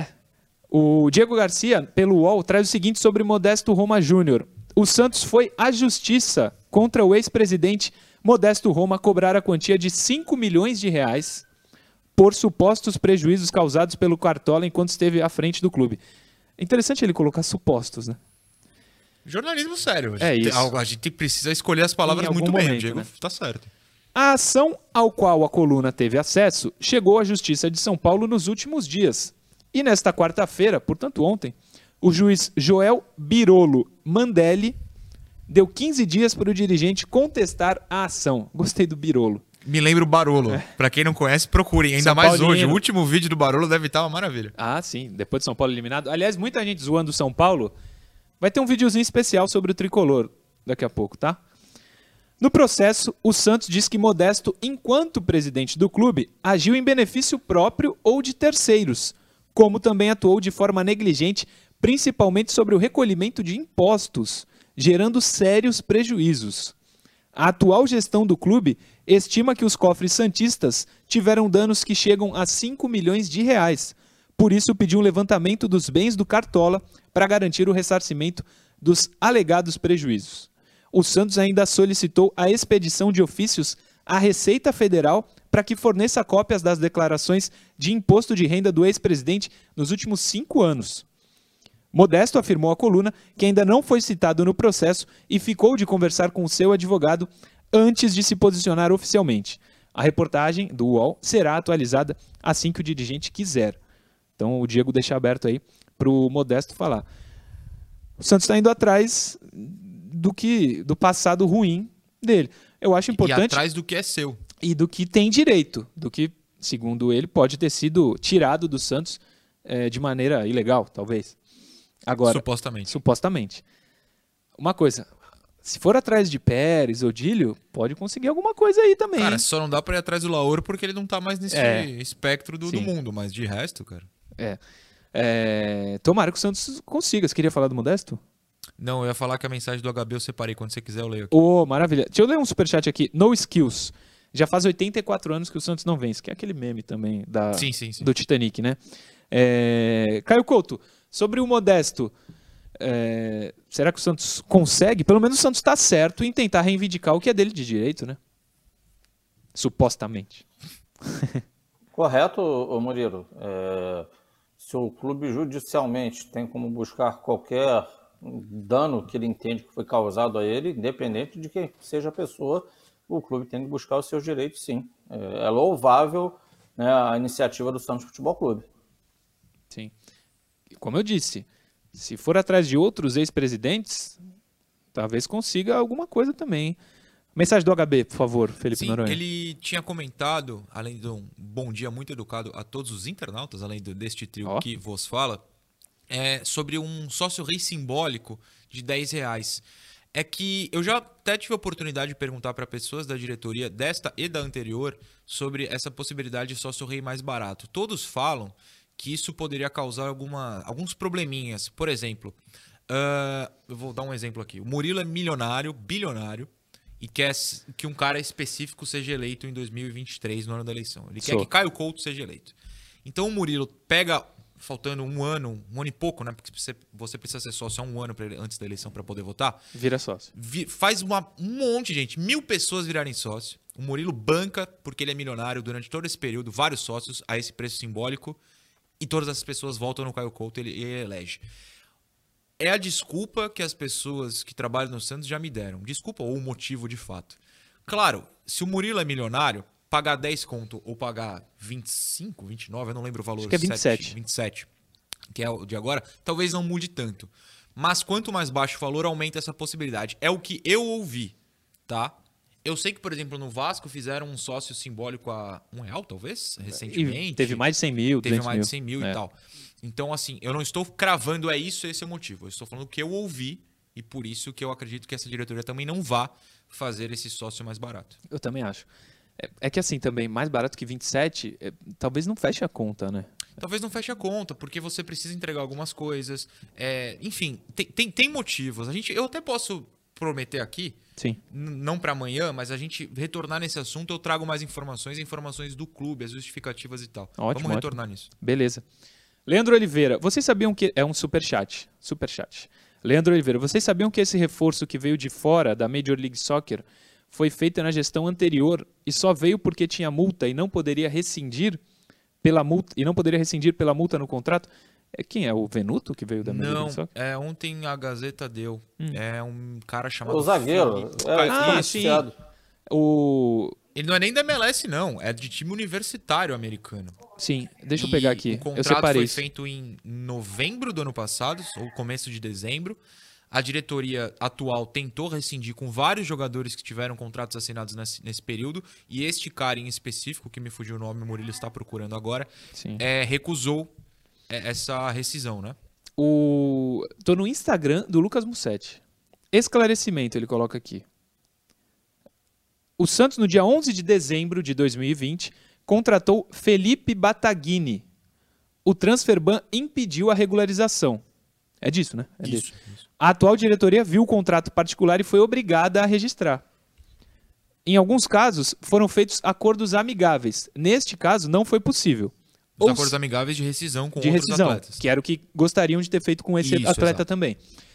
O Diego Garcia, pelo U O L, traz o seguinte sobre Modesto Roma Júnior. O Santos foi à justiça contra o ex-presidente Modesto Roma cobrar a quantia de cinco milhões de reais por supostos prejuízos causados pelo Cartola enquanto esteve à frente do clube. É interessante ele colocar supostos, né?
Jornalismo sério.
É isso.
A gente precisa escolher as palavras muito bem.
Momento,
o Diego
né?
tá certo.
A ação ao qual a coluna teve acesso chegou à Justiça de São Paulo nos últimos dias. E nesta quarta-feira, portanto ontem, o juiz Joel Birolo Mandelli deu quinze dias para o dirigente contestar a ação. Gostei do Birolo.
Me lembra o Barolo. É. Pra quem não conhece, procurem. Ainda
São
mais
Paulino.
hoje. O último vídeo do Barolo deve estar uma maravilha.
Ah, sim. Depois de São Paulo eliminado. Aliás, muita gente zoando o São Paulo. Vai ter um videozinho especial sobre o Tricolor daqui a pouco, tá? No processo, o Santos diz que Modesto, enquanto presidente do clube, agiu em benefício próprio ou de terceiros, como também atuou de forma negligente, principalmente sobre o recolhimento de impostos, gerando sérios prejuízos. A atual gestão do clube estima que os cofres santistas tiveram danos que chegam a cinco milhões de reais. Por isso, pediu um levantamento dos bens do Cartola para garantir o ressarcimento dos alegados prejuízos. O Santos ainda solicitou a expedição de ofícios à Receita Federal para que forneça cópias das declarações de imposto de renda do ex-presidente nos últimos cinco anos. Modesto afirmou à coluna que ainda não foi citado no processo e ficou de conversar com o seu advogado antes de se posicionar oficialmente. A reportagem do U O L será atualizada assim que o dirigente quiser. Então o Diego deixa aberto aí para o Modesto falar. O Santos está indo atrás do que do passado ruim dele. Eu acho importante...
E atrás do que é seu.
E do que tem direito. Do que, segundo ele, pode ter sido tirado do Santos é, de maneira ilegal, talvez. Agora,
supostamente.
Supostamente. Uma coisa, se for atrás de Pérez ou Dílio, pode conseguir alguma coisa aí também.
Cara,
hein?
só não dá pra ir atrás do Lauro porque ele não tá mais nesse
É.
espectro do, do mundo. Mas de resto, cara...
É. É. Tomara que o Santos consiga. Você queria falar do Modesto?
Não, eu ia falar que a mensagem do H B eu separei. Quando você quiser eu leio aqui.
Ô, oh, maravilha. Deixa eu ler um superchat aqui. No Skills. Já faz oitenta e quatro anos que o Santos não vence. Que é aquele meme também da,
sim, sim, sim.
do Titanic, né? É... Caio Couto, sobre o Modesto... É, será que o Santos consegue? Pelo menos o Santos está certo em tentar reivindicar o que é dele de direito, né? Supostamente.
Correto, ô Murilo. É, se o clube judicialmente tem como buscar qualquer dano que ele entende que foi causado a ele, independente de quem seja a pessoa, o clube tem que buscar os seus direitos, sim. É, é louvável, né, a iniciativa do Santos Futebol Clube.
Sim. Como eu disse... Se for atrás de outros ex-presidentes, talvez consiga alguma coisa também. Mensagem do H B, por favor, Felipe
Sim,
Noronha.
Ele tinha comentado, além de um bom dia muito educado a todos os internautas, além deste trio oh. que vos fala, é, sobre um sócio-rei simbólico de dez reais. É que eu já até tive a oportunidade de perguntar para pessoas da diretoria desta e da anterior sobre essa possibilidade de sócio-rei mais barato. Todos falam que isso poderia causar alguma, alguns probleminhas. Por exemplo, uh, eu vou dar um exemplo aqui. O Murilo é milionário, bilionário, e quer que um cara específico seja eleito em dois mil e vinte e três, no ano da eleição. Ele Sou. quer que Caio Couto seja eleito. Então o Murilo pega, faltando um ano, um ano e pouco, né? Porque você, você precisa ser sócio há um ano pra, antes da eleição para poder votar.
Vira sócio.
Vi, faz uma, um monte de gente, mil pessoas virarem sócio. O Murilo banca, porque ele é milionário, durante todo esse período, vários sócios a esse preço simbólico. E todas essas pessoas voltam no Caio Couto e ele, ele elege. É a desculpa que as pessoas que trabalham no Santos já me deram. Desculpa ou o motivo de fato. Claro, se o Murilo é milionário, pagar dez conto ou pagar vinte e cinco, vinte e nove, eu não lembro o valor.
Acho que é vinte e sete.
vinte e sete, que é o de agora, talvez não mude tanto. Mas quanto mais baixo o valor, aumenta essa possibilidade. É o que eu ouvi, tá? Eu sei que, por exemplo, no Vasco fizeram um sócio simbólico a um real, talvez, recentemente.
E teve mais de cem mil,
Teve mais
mil.
de cem mil
é.
e tal. Então, assim, eu não estou cravando é isso, esse é o motivo. Eu estou falando o que eu ouvi e por isso que eu acredito que essa diretoria também não vá fazer esse sócio mais barato.
Eu também acho. É, é que assim, também, mais barato que vinte e sete, é, talvez não feche a conta, né?
Talvez não feche a conta, porque você precisa entregar algumas coisas. É, enfim, tem, tem, tem motivos. A gente, eu até posso prometer aqui,
Sim.
não para amanhã, mas a gente retornar nesse assunto, eu trago mais informações, informações do clube, as justificativas e tal.
Ótimo,
Vamos retornar
ótimo.
nisso.
Beleza. Leandro Oliveira, vocês sabiam que... É um superchat. Superchat. Leandro Oliveira, vocês sabiam que esse reforço que veio de fora da Major League Soccer foi feito na gestão anterior e só veio porque tinha multa e não poderia rescindir pela multa e não poderia rescindir pela multa no contrato? É, quem é? O Venuto que veio da Major
Não,
League Soccer?
é, ontem a Gazeta deu.
Hum.
É um cara chamado...
O zagueiro.
Felipe-
É,
Ah,
sim.
sim. O...
Ele não é nem da M L S, não. É de time universitário americano.
Sim, deixa eu
E
pegar aqui.
O
Eu
contrato
separei
foi
isso.
feito em novembro do ano passado, ou começo de dezembro. A diretoria atual tentou rescindir com vários jogadores que tiveram contratos assinados nesse, nesse período. E este cara em específico, que me fugiu o nome, o Murilo está procurando agora,
Sim.
é, recusou é, essa rescisão, né?
O... Tô no Instagram do Lucas Mussetti. Esclarecimento, ele coloca aqui. O Santos, no dia onze de dezembro de dois mil e vinte, contratou Felipe Battaglini. O Transferban impediu a regularização. É disso, né? É
Isso,
disso.
isso.
A atual diretoria viu o contrato particular e foi obrigada a registrar. Em alguns casos, foram feitos acordos amigáveis. Neste caso, não foi possível.
Os
Ou
acordos amigáveis de rescisão com
de
outros
rescisão,
atletas.
que era o que gostariam de ter feito com esse
Isso,
atleta
exato.
também.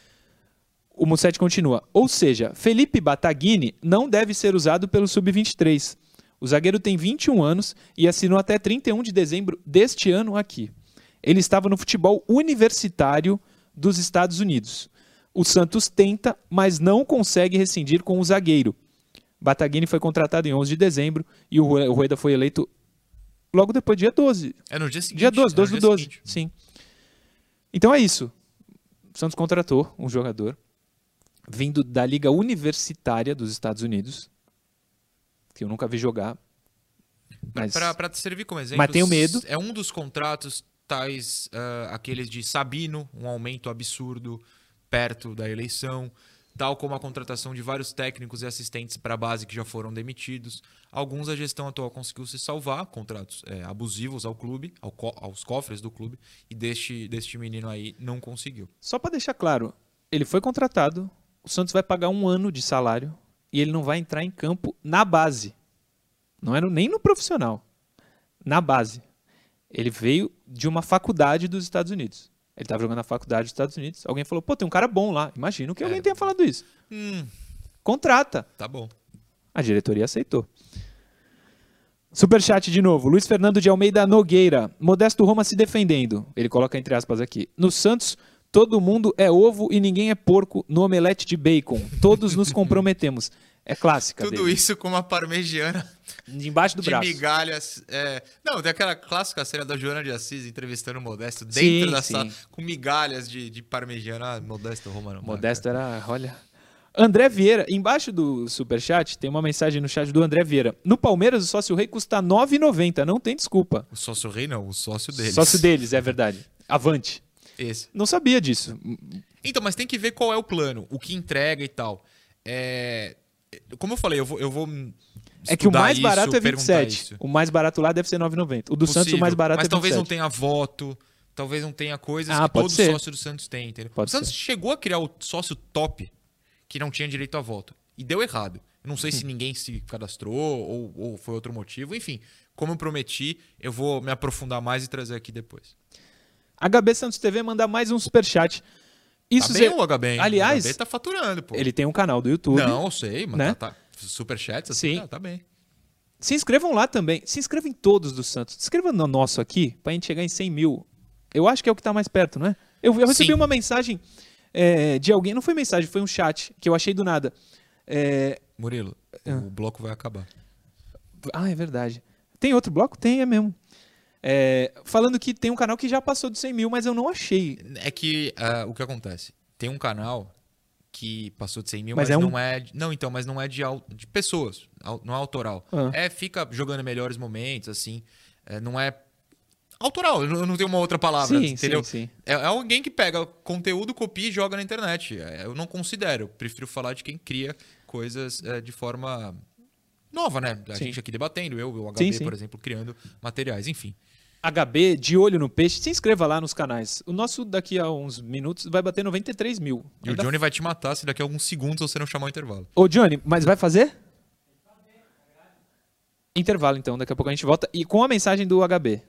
O Mussetti continua. Ou seja, Felipe Battaglini não deve ser usado pelo sub vinte e três. O zagueiro tem vinte e um anos e assinou até trinta e um de dezembro deste ano aqui. Ele estava no futebol universitário dos Estados Unidos. O Santos tenta, mas não consegue rescindir com o zagueiro. Battaglini foi contratado em onze de dezembro e o Rue- o Rueda foi eleito logo depois, dia doze.
É no dia seguinte.
Dia doze,
é no
doze do
dia
doze.
seguinte.
Sim. Então é isso. O Santos contratou um jogador vindo da Liga Universitária dos Estados Unidos, que eu nunca vi jogar. Mas
Para te servir como exemplo,
Mas tenho medo.
é um dos contratos tais ah, aqueles de Sabino, um aumento absurdo perto da eleição, tal como a contratação de vários técnicos e assistentes para a base que já foram demitidos. Alguns a gestão atual conseguiu se salvar, contratos é, abusivos ao clube, ao co- aos cofres do clube, e deste, deste menino aí não conseguiu.
só para deixar claro, ele foi contratado, o Santos vai pagar um ano de salário e ele não vai entrar em campo na base. Não era nem no profissional, na base. Ele veio de uma faculdade dos Estados Unidos. Ele estava jogando na faculdade dos Estados Unidos. Alguém falou, pô, tem um cara bom lá. Imagino que alguém
É.
tenha falado isso.
Hum,
Contrata.
tá bom.
A diretoria aceitou. Superchat de novo. Luiz Fernando de Almeida Nogueira. Modesto Roma se defendendo. Ele coloca entre aspas aqui. No Santos, todo mundo é ovo e ninguém é porco no omelete de bacon. Todos nos comprometemos. É clássica
Tudo
dele.
isso com uma parmegiana
Embaixo do
de
braço.
migalhas. é, Não, tem aquela clássica cena da Joana de Assis entrevistando o Modesto dentro
Sim,
da
sim.
sala, com migalhas de, de parmegiana. Ah, Modesto Roma não. dá,
Modesto era, olha... André Vieira, embaixo do superchat, tem uma mensagem no chat do André Vieira. No Palmeiras, o sócio rei custa nove reais e noventa centavos. Não tem desculpa.
O sócio rei não, o sócio deles.
Sócio deles, é verdade. Avante.
Esse.
Não sabia disso.
Então, mas tem que ver qual é o plano, o que entrega e tal. É... Como eu falei, eu vou, eu vou
É que o
estudar
mais
isso,
barato é vinte e
perguntar
sete.
isso.
O mais barato lá deve ser nove reais e noventa centavos. O do Santos, o
Possível,
mais barato
mas
é
talvez não
vinte e sete.
tenha voto, talvez não tenha coisas
Ah,
que
pode
todo
ser.
sócio do Santos tem, entendeu?
Pode
o Santos
ser.
chegou a criar o sócio top, que não tinha direito a voto, e deu errado. Eu não sei
Hum.
se ninguém se cadastrou ou, ou foi outro motivo. Enfim, como eu prometi, eu vou me aprofundar mais e trazer aqui depois.
H B Santos T V manda mais um superchat. Isso
Tá bem
Zé-
o H B, hein?
Aliás,
o H B tá faturando, pô.
ele tem um canal do YouTube.
Não, eu sei, mas
né?
tá, tá. Superchats assim,
Sim.
tá, tá bem.
Se inscrevam lá também. Se inscrevam em todos do Santos. Se inscreva no nosso aqui, pra gente chegar em cem mil. Eu acho que é o que tá mais perto, não é? Eu, eu recebi
Sim.
uma mensagem é, de alguém, não foi mensagem, foi um chat, que eu achei do nada. É,
Murilo,
Ah.
o bloco vai acabar.
ah, é verdade. Tem outro bloco? Tem, é mesmo. É, falando que tem um canal que já passou de cem mil, mas eu não achei.
É que ah, o que acontece? Tem um canal que passou de cem mil,
Mas
mas,
é um-
não é... Não, então, mas não é de, au- de pessoas, au- não é autoral.
Ah.
É, fica jogando melhores momentos, assim, é, não é autoral, eu não eu não tenho uma outra palavra,
Sim,
entendeu?
sim, sim.
É, é alguém que pega conteúdo, copia e joga na internet. É, eu não considero, eu prefiro falar de quem cria coisas é, de forma nova, né? A
Sim.
gente aqui debatendo, eu, o H
Sim,
B,
sim.
por exemplo, criando materiais, enfim.
H B, de olho no peixe, se inscreva lá nos canais. O nosso, daqui a uns minutos, vai bater noventa e três mil.
E
Ainda-
o Johnny vai te matar se daqui a alguns segundos você não chamar o intervalo.
Ô, Johnny, mas vai fazer? Intervalo, então. Daqui a pouco a gente volta. E com a mensagem do H B.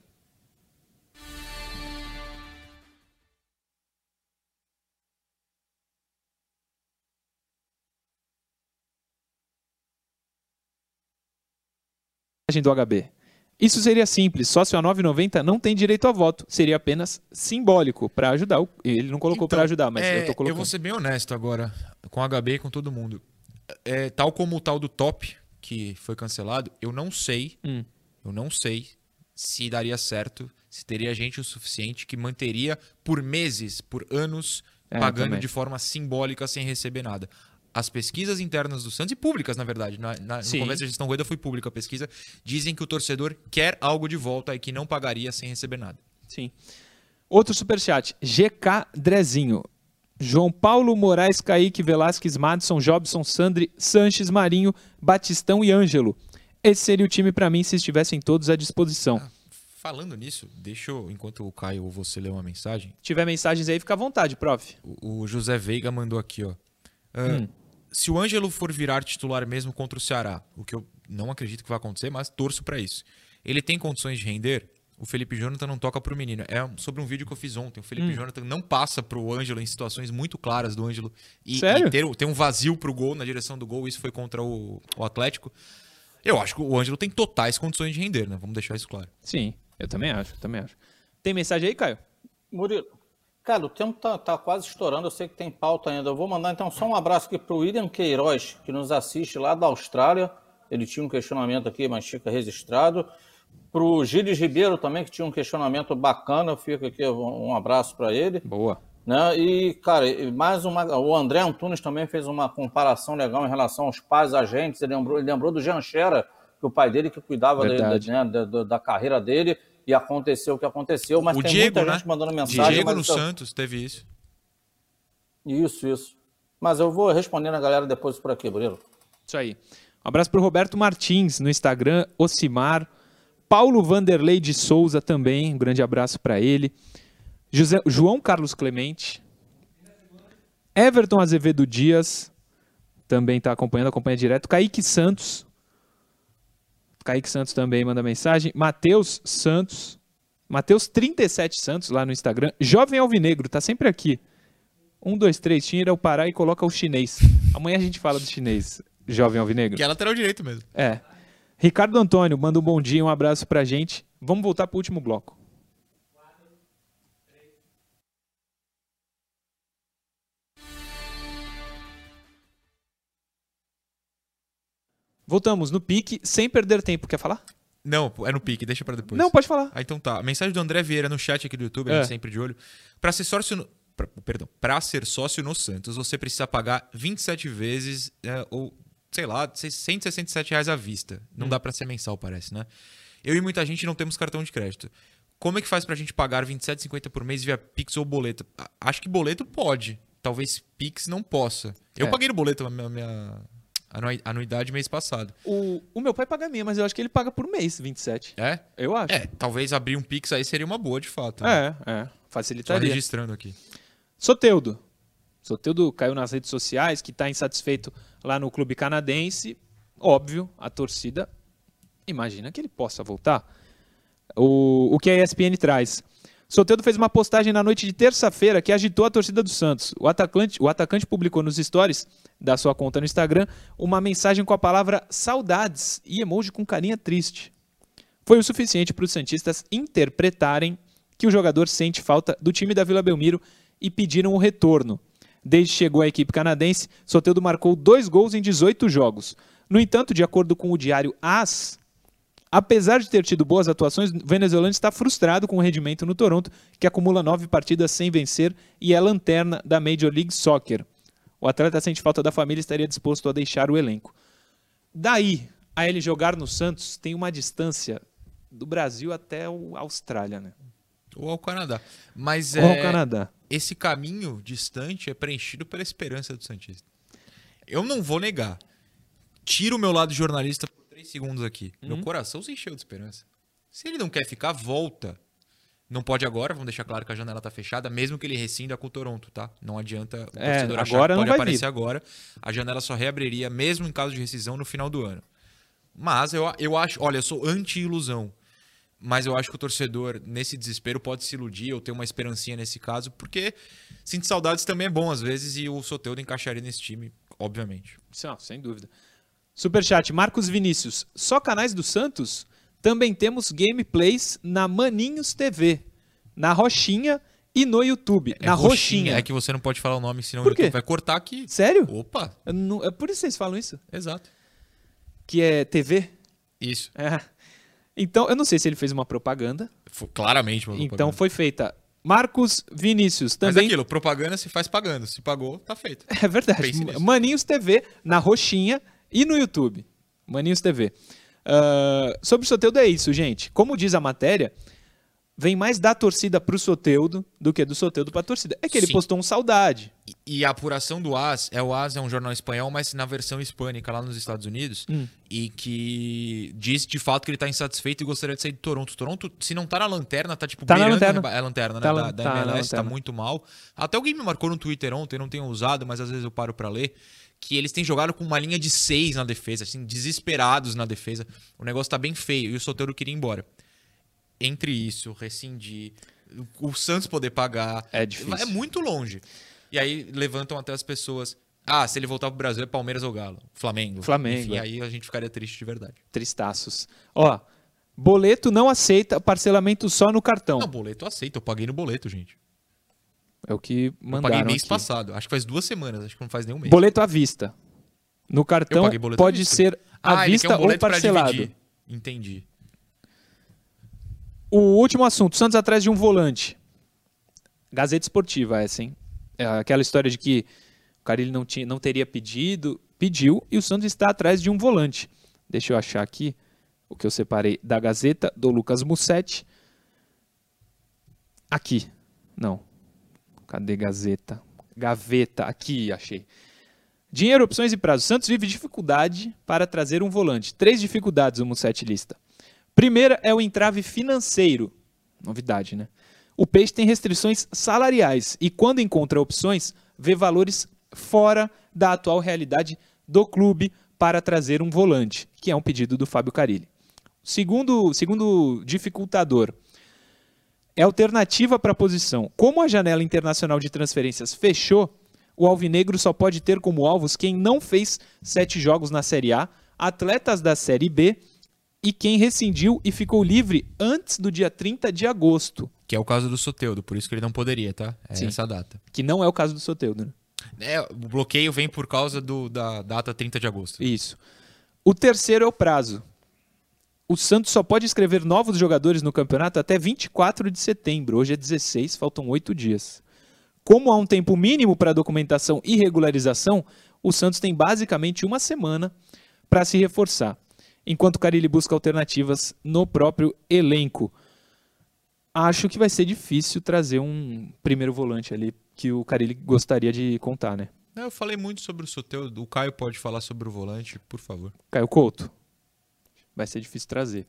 Mensagem do H B. Isso seria simples. Sócio a nove reais e noventa centavos não tem direito a voto. Seria apenas simbólico para ajudar. o- Ele não colocou
Então,
para ajudar, mas
é,
eu tô colocando.
vou ser bem honesto agora com o H B e com todo mundo. É, tal como o tal do Top, que foi cancelado, eu não sei,
Hum.
eu não sei se daria certo, se teria gente o suficiente que manteria por meses, por anos,
É,
pagando
também.
de forma simbólica sem receber nada. As pesquisas internas do Santos, e públicas, na verdade, na, na, no
Sim.
começo da gestão Rueda foi pública a pesquisa, dizem que o torcedor quer algo de volta e que não pagaria sem receber nada.
Sim. Outro superchat. G K Drezinho. João Paulo Moraes, Kaique Velasquez, Madison, Jobson, Sandri, Sanches, Marinho, Batistão e Ângelo. Esse seria o time para mim se estivessem todos à disposição.
Falando nisso, deixa eu, enquanto o Caio ou você lê uma mensagem,
Se tiver mensagens aí, fica à vontade, prof.
o, o José Veiga mandou aqui, ó. Ah,
Hum.
Se o Ângelo for virar titular mesmo contra o Ceará, o que eu não acredito que vai acontecer, mas torço pra isso. Ele tem condições de render? O Felipe Jonathan não toca pro menino. É sobre um vídeo que eu fiz ontem. O Felipe
Hum.
Jonathan não passa pro Ângelo em situações muito claras do Ângelo. E,
Sério?
e ter, ter um vazio pro gol, na direção do gol. Isso foi contra o, o Atlético. Eu acho que o Ângelo tem totais condições de render, né? Vamos deixar isso claro.
Sim, eu também acho, eu também acho. Tem mensagem aí, Caio?
Murilo, cara, o tempo tá, tá quase estourando, eu sei que tem pauta ainda. Eu vou mandar então só um abraço aqui pro William Queiroz, que nos assiste lá da Austrália. Ele tinha um questionamento aqui, mas fica registrado. Pro Gilles Ribeiro também, que tinha um questionamento bacana, fica aqui um um abraço para ele.
Boa.
Né? E, cara, e mais uma. O André Antunes também fez uma comparação legal em relação aos pais agentes. Ele lembrou, ele lembrou do Jean Scherer, que o pai dele que cuidava da, da,
Verdade.
né, da, da- da carreira dele, e aconteceu o que aconteceu. Mas
o
tem
Diego,
muita
né?
gente mandando mensagem.
Diego
mas
no
eu-
Santos teve isso.
Isso, isso. Mas eu vou respondendo a galera depois por aqui, Murilo.
Isso aí. Um abraço pro Roberto Martins no Instagram, Ocimar, Paulo Vanderlei de Souza também, um grande abraço para ele. José, João Carlos Clemente, Everton Azevedo Dias, também está acompanhando, acompanha direto. Kaique Santos, Kaique Santos também manda mensagem. Matheus Santos, Matheus trinta e sete Santos lá no Instagram. Jovem Alvinegro, tá sempre aqui. Um, dois, três, tira o Pará e coloca o chinês. Amanhã a gente fala do chinês, Jovem Alvinegro.
Que é lateral direito mesmo.
É. Ricardo Antônio, manda um bom dia, um abraço pra gente. Vamos voltar pro último bloco. Voltamos no pique, sem perder tempo. Quer falar?
Não, é no pique, deixa pra depois.
Não, pode falar.
Ah, então tá. A mensagem do André Vieira no chat aqui do YouTube, a
É.
gente sempre de olho. Pra ser sócio no... pra- perdão, pra ser sócio no Santos, você precisa pagar vinte e sete vezes, é, ou, sei lá, cento e sessenta e sete reais à vista. Não dá pra ser mensal, parece, né? Eu e muita gente não temos cartão de crédito. Como é que faz pra gente pagar vinte e sete reais e cinquenta centavos por mês via Pix ou boleto? A- Acho que boleto pode. Talvez Pix não possa. Eu
É.
paguei no boleto a minha, minha anui- anuidade mês passado.
O, o meu pai paga a minha, mas eu acho que ele paga por mês, vinte e sete.
É?
Eu acho.
É, talvez abrir um Pix aí seria uma boa, de fato. né?
É, é.
Só
Facilitaria.
registrando aqui.
Soteudo. Soteudo caiu nas redes sociais, que está insatisfeito lá no clube canadense. Óbvio, a torcida imagina que ele possa voltar. O, o que a E S P N traz. Soteudo fez uma postagem na noite de terça-feira que agitou a torcida do Santos. O atacante, o atacante publicou nos stories da sua conta no Instagram uma mensagem com a palavra saudades e emoji com carinha triste. Foi o suficiente para os santistas interpretarem que o jogador sente falta do time da Vila Belmiro e pediram o retorno. Desde que chegou à equipe canadense, Soteudo marcou dois gols em dezoito jogos. No entanto, de acordo com o diário AS, apesar de ter tido boas atuações, o venezuelano está frustrado com o rendimento no Toronto, que acumula nove partidas sem vencer e é lanterna da Major League Soccer. O atleta sente falta da família e estaria disposto a deixar o elenco. Daí a ele jogar no Santos tem uma distância do Brasil até a Austrália, né?
Ou ao Canadá. Mas
Ou
é,
ao Canadá.
Esse caminho distante é preenchido pela esperança do santista. Eu não vou negar. Tiro o meu lado jornalista por três segundos aqui. Uhum. Meu coração se encheu de esperança. Se ele não quer ficar, volta. Não pode agora, vamos deixar claro que a janela tá fechada, mesmo que ele rescinda com o Toronto, tá? Não adianta o
é,
torcedor achar
agora
que pode
não vai
aparecer
vir.
agora. A janela só reabriria, mesmo em caso de rescisão, no final do ano. Mas eu, eu acho... Olha, eu sou anti-ilusão. Mas eu acho que o torcedor, nesse desespero, pode se iludir ou ter uma esperancinha nesse caso, porque sentir saudades também é bom às vezes e o Soteldo encaixaria nesse time, obviamente.
Não, sem dúvida. Superchat, Marcos Vinícius. Só canais do Santos? Também temos gameplays na Maninhos T V, na Roxinha e no YouTube.
É
na
Roxinha.
Roxinha.
É que você não pode falar o nome, senão
Por
o
quê?
YouTube vai cortar aqui.
Sério?
Opa!
Eu não- é por isso que vocês falam isso?
Exato.
Que é T V?
Isso.
É. Então, eu não sei se ele fez uma propaganda.
Foi claramente uma
Então
propaganda.
foi feita. Marcos Vinícius
Mas
também.
aquilo, propaganda se faz pagando. Se pagou, tá feito.
É verdade.
Pense nisso.
Maninhos T V na Roxinha e no YouTube. Maninhos T V. Uh, sobre o Soteldo é isso, gente. Como diz a matéria, vem mais da torcida pro Soteldo do que do Soteldo pra torcida. É que ele
Sim.
postou um saudade.
E, e a apuração do A S, é o A S é um jornal espanhol, mas na versão hispânica lá nos Estados Unidos,
Hum.
e que diz de fato que ele tá insatisfeito e gostaria de sair do Toronto. Toronto, se não tá na lanterna, tá tipo
Tá na
beirando
lanterna.
reba- É a lanterna, né?
Tá
da
lan-
da
tá na
M L S, tá
lanterna.
muito mal. Até alguém me marcou no Twitter ontem, eu não tenho usado, mas às vezes eu paro pra ler, que eles têm jogado com uma linha de seis na defesa, assim, desesperados na defesa. O negócio tá bem feio e o Soteldo queria ir embora. Entre isso, rescindir, o o Santos poder pagar...
É difícil.
É muito longe. E aí levantam até as pessoas... Ah, se ele voltar pro Brasil é Palmeiras ou Galo? Flamengo.
Flamengo,
Enfim,
é.
aí a gente ficaria triste de verdade.
Tristaços. Ó, boleto não aceita parcelamento só no cartão.
Não, boleto eu aceito. Eu paguei no boleto, gente.
É o que
Eu
mandaram
paguei mês
aqui.
passado. Acho que faz duas semanas. Acho que não faz nenhum mês.
Boleto à vista. No
Eu
cartão
paguei boleto à
pode
vista.
ser à
Ah, ele
vista
quer um
ou
boleto pra
parcelado.
dividir. Entendi.
O último assunto, Santos atrás de um volante. Gazeta Esportiva essa, hein? É aquela história de que o Carille não, tinha, não teria pedido, pediu, e o Santos está atrás de um volante. Deixa eu achar aqui o que eu separei da Gazeta, do Lucas Mussetti. Aqui. Não. Cadê Gazeta? Gaveta. Aqui, achei. Dinheiro, opções e prazos. Santos vive dificuldade para trazer um volante. Três dificuldades o Mussetti lista. Primeira é o entrave financeiro. Novidade, né? O Peixe tem restrições salariais e, quando encontra opções, vê valores fora da atual realidade do clube para trazer um volante, que é um pedido do Fábio Carille. Segundo, segundo dificultador, é alternativa para a posição. Como a janela internacional de transferências fechou, o Alvinegro só pode ter como alvos quem não fez sete jogos na Série A, atletas da Série B e quem rescindiu e ficou livre antes do dia trinta de agosto,
Que é o caso do Soteldo. Por isso que ele não poderia, tá? É
Sim.
essa data.
que não é o caso do Soteldo, né?
É, o bloqueio vem por causa do, da data trinta de agosto.
Isso. O terceiro é o prazo. O Santos só pode inscrever novos jogadores no campeonato até vinte e quatro de setembro. Hoje é dezesseis, faltam oito dias. Como há um tempo mínimo para documentação e regularização, o Santos tem basicamente uma semana para se reforçar, enquanto o Carille busca alternativas no próprio elenco. Acho que vai ser difícil trazer um primeiro volante ali que o Carille gostaria de contar, né?
Eu falei muito sobre o Soteldo. O Caio pode falar sobre o volante, por favor.
Caio Couto. Vai ser difícil trazer.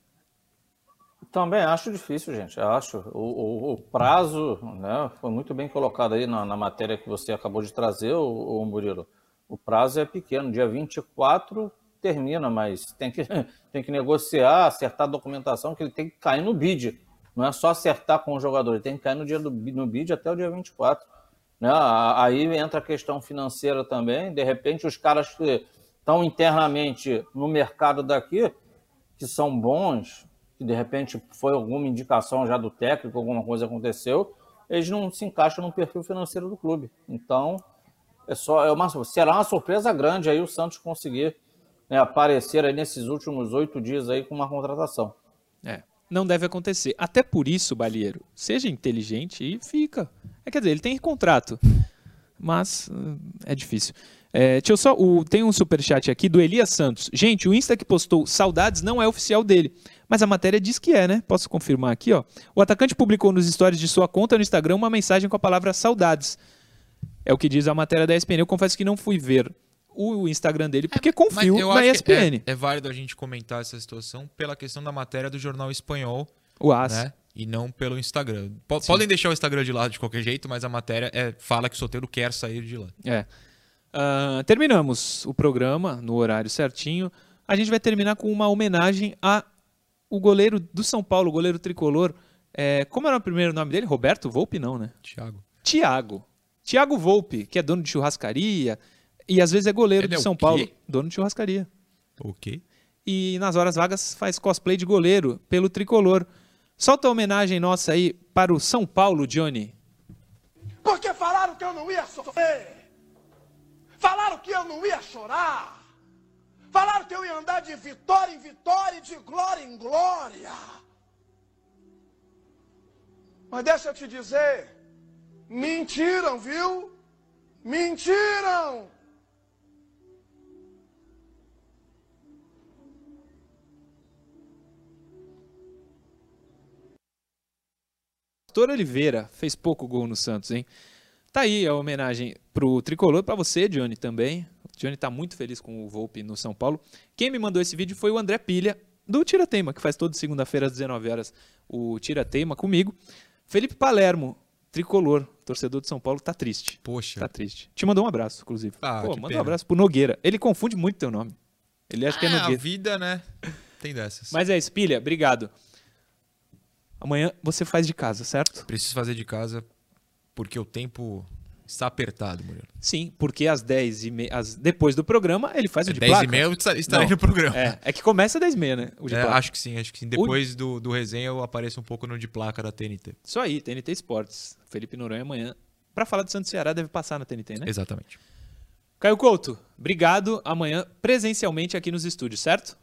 Também acho difícil, gente. Acho. O, o, o prazo, né, foi muito bem colocado aí na, na matéria que você acabou de trazer, o, o Murilo. O prazo é pequeno. Dia vinte e quatro termina, mas tem que, tem que negociar, acertar a documentação, que ele tem que cair no bid. Não é só acertar com o jogador, ele tem que cair no, dia do, no bid até o dia vinte e quatro. Né? Aí entra a questão financeira também. De repente, os caras que estão internamente no mercado daqui, que são bons, que de repente foi alguma indicação já do técnico, alguma coisa aconteceu, eles não se encaixam no perfil financeiro do clube. Então, é só, é uma, será uma surpresa grande aí o Santos conseguir, né, aparecer aí nesses últimos oito dias aí com uma contratação.
É, não deve acontecer. Até por isso, Balieiro, seja inteligente e fica. É, quer dizer, ele tem contrato. mas uh, é difícil. É, deixa eu só, o, tem um superchat aqui do Elias Santos. Gente, o Insta que postou saudades não é oficial dele, mas a matéria diz que é, né? Posso confirmar aqui, ó. O atacante publicou nos stories de sua conta no Instagram uma mensagem com a palavra saudades. É o que diz a matéria da E S P N. Eu confesso que não fui ver o Instagram dele, porque
é,
confio
eu
na
acho
E S P N.
É, é válido a gente comentar essa situação pela questão da matéria do jornal espanhol,
o A S.
Né? E não pelo Instagram. P podem deixar o Instagram de lado de qualquer jeito, mas a matéria é, fala que o Soteldo quer sair de lá.
É. Uh, terminamos o programa no horário certinho. A gente vai terminar com uma homenagem a o goleiro do São Paulo, o goleiro tricolor. É, como era o primeiro nome dele? Roberto Volpe, não, né?
Thiago.
Thiago. Thiago Volpe, que é dono de churrascaria e às vezes é goleiro
Ele
do
é
São
o quê?
Paulo. Dono de churrascaria.
Ok.
E nas horas vagas faz cosplay de goleiro pelo tricolor. Solta a homenagem nossa aí para o São Paulo, Johnny.
Porque falaram que eu não ia sofrer. Falaram que eu não ia chorar. Falaram que eu ia andar de vitória em vitória e de glória em glória. Mas deixa eu te dizer, mentiram, viu? Mentiram!
Pastor Oliveira fez pouco gol no Santos, hein? Tá aí a homenagem pro tricolor, para você, Johnny, também. O Johnny tá muito feliz com o Volpe no São Paulo. Quem me mandou esse vídeo foi o André Pilha, do Tira Teima, que faz toda segunda-feira às dezenove horas o Tira Teima comigo. Felipe Palermo, tricolor, torcedor de São Paulo, tá triste.
Poxa.
Tá triste. Te mandou um abraço, inclusive.
Ah,
Pô,
que
manda
pena.
um abraço pro Nogueira. Ele confunde muito teu nome. Ele acha que é
Ah, a
Nogueira.
vida, né? Tem dessas.
Mas é isso, Pilha, obrigado. Amanhã você faz de casa, certo?
Preciso fazer de casa porque o tempo está apertado, Murilo.
Sim, porque às dez e meia, às- depois do programa, ele faz o de
dez
placa.
e meia eu esta- estarei
Não,
no programa.
É, é que começa às dez e meia, né? O de
É,
placa.
acho que sim, acho que sim. Depois do, do resenha eu apareço um pouco no de placa da T N T.
Isso aí, T N T Esportes. Felipe Noronha amanhã. Pra falar do Santos Ceará, deve passar na T N T, né?
Exatamente.
Caio Couto, obrigado. Amanhã, presencialmente aqui nos estúdios, certo?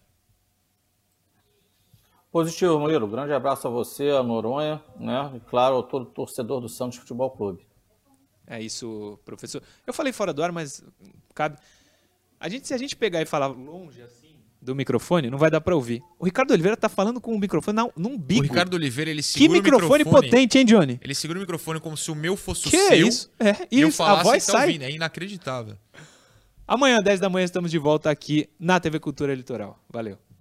Positivo, Murilo. Grande abraço a você, a Noronha, né? E claro, a todo torcedor do Santos Futebol Clube.
É isso, professor. Eu falei fora do ar, mas cabe. A gente, se a gente pegar e falar longe assim do microfone, não vai dar pra ouvir. O Ricardo Oliveira tá falando com o microfone na, num bico.
O Ricardo Oliveira, ele
Que
segura
microfone,
o microfone
potente, hein, Johnny?
Ele segura o microfone como se o meu fosse
Que
o
é
seu.
isso? É,
E eu
isso.
falasse
A voz
e tá
sai.
ouvindo. É inacreditável.
Amanhã, dez da manhã, estamos de volta aqui na T V Cultura Litoral. Valeu.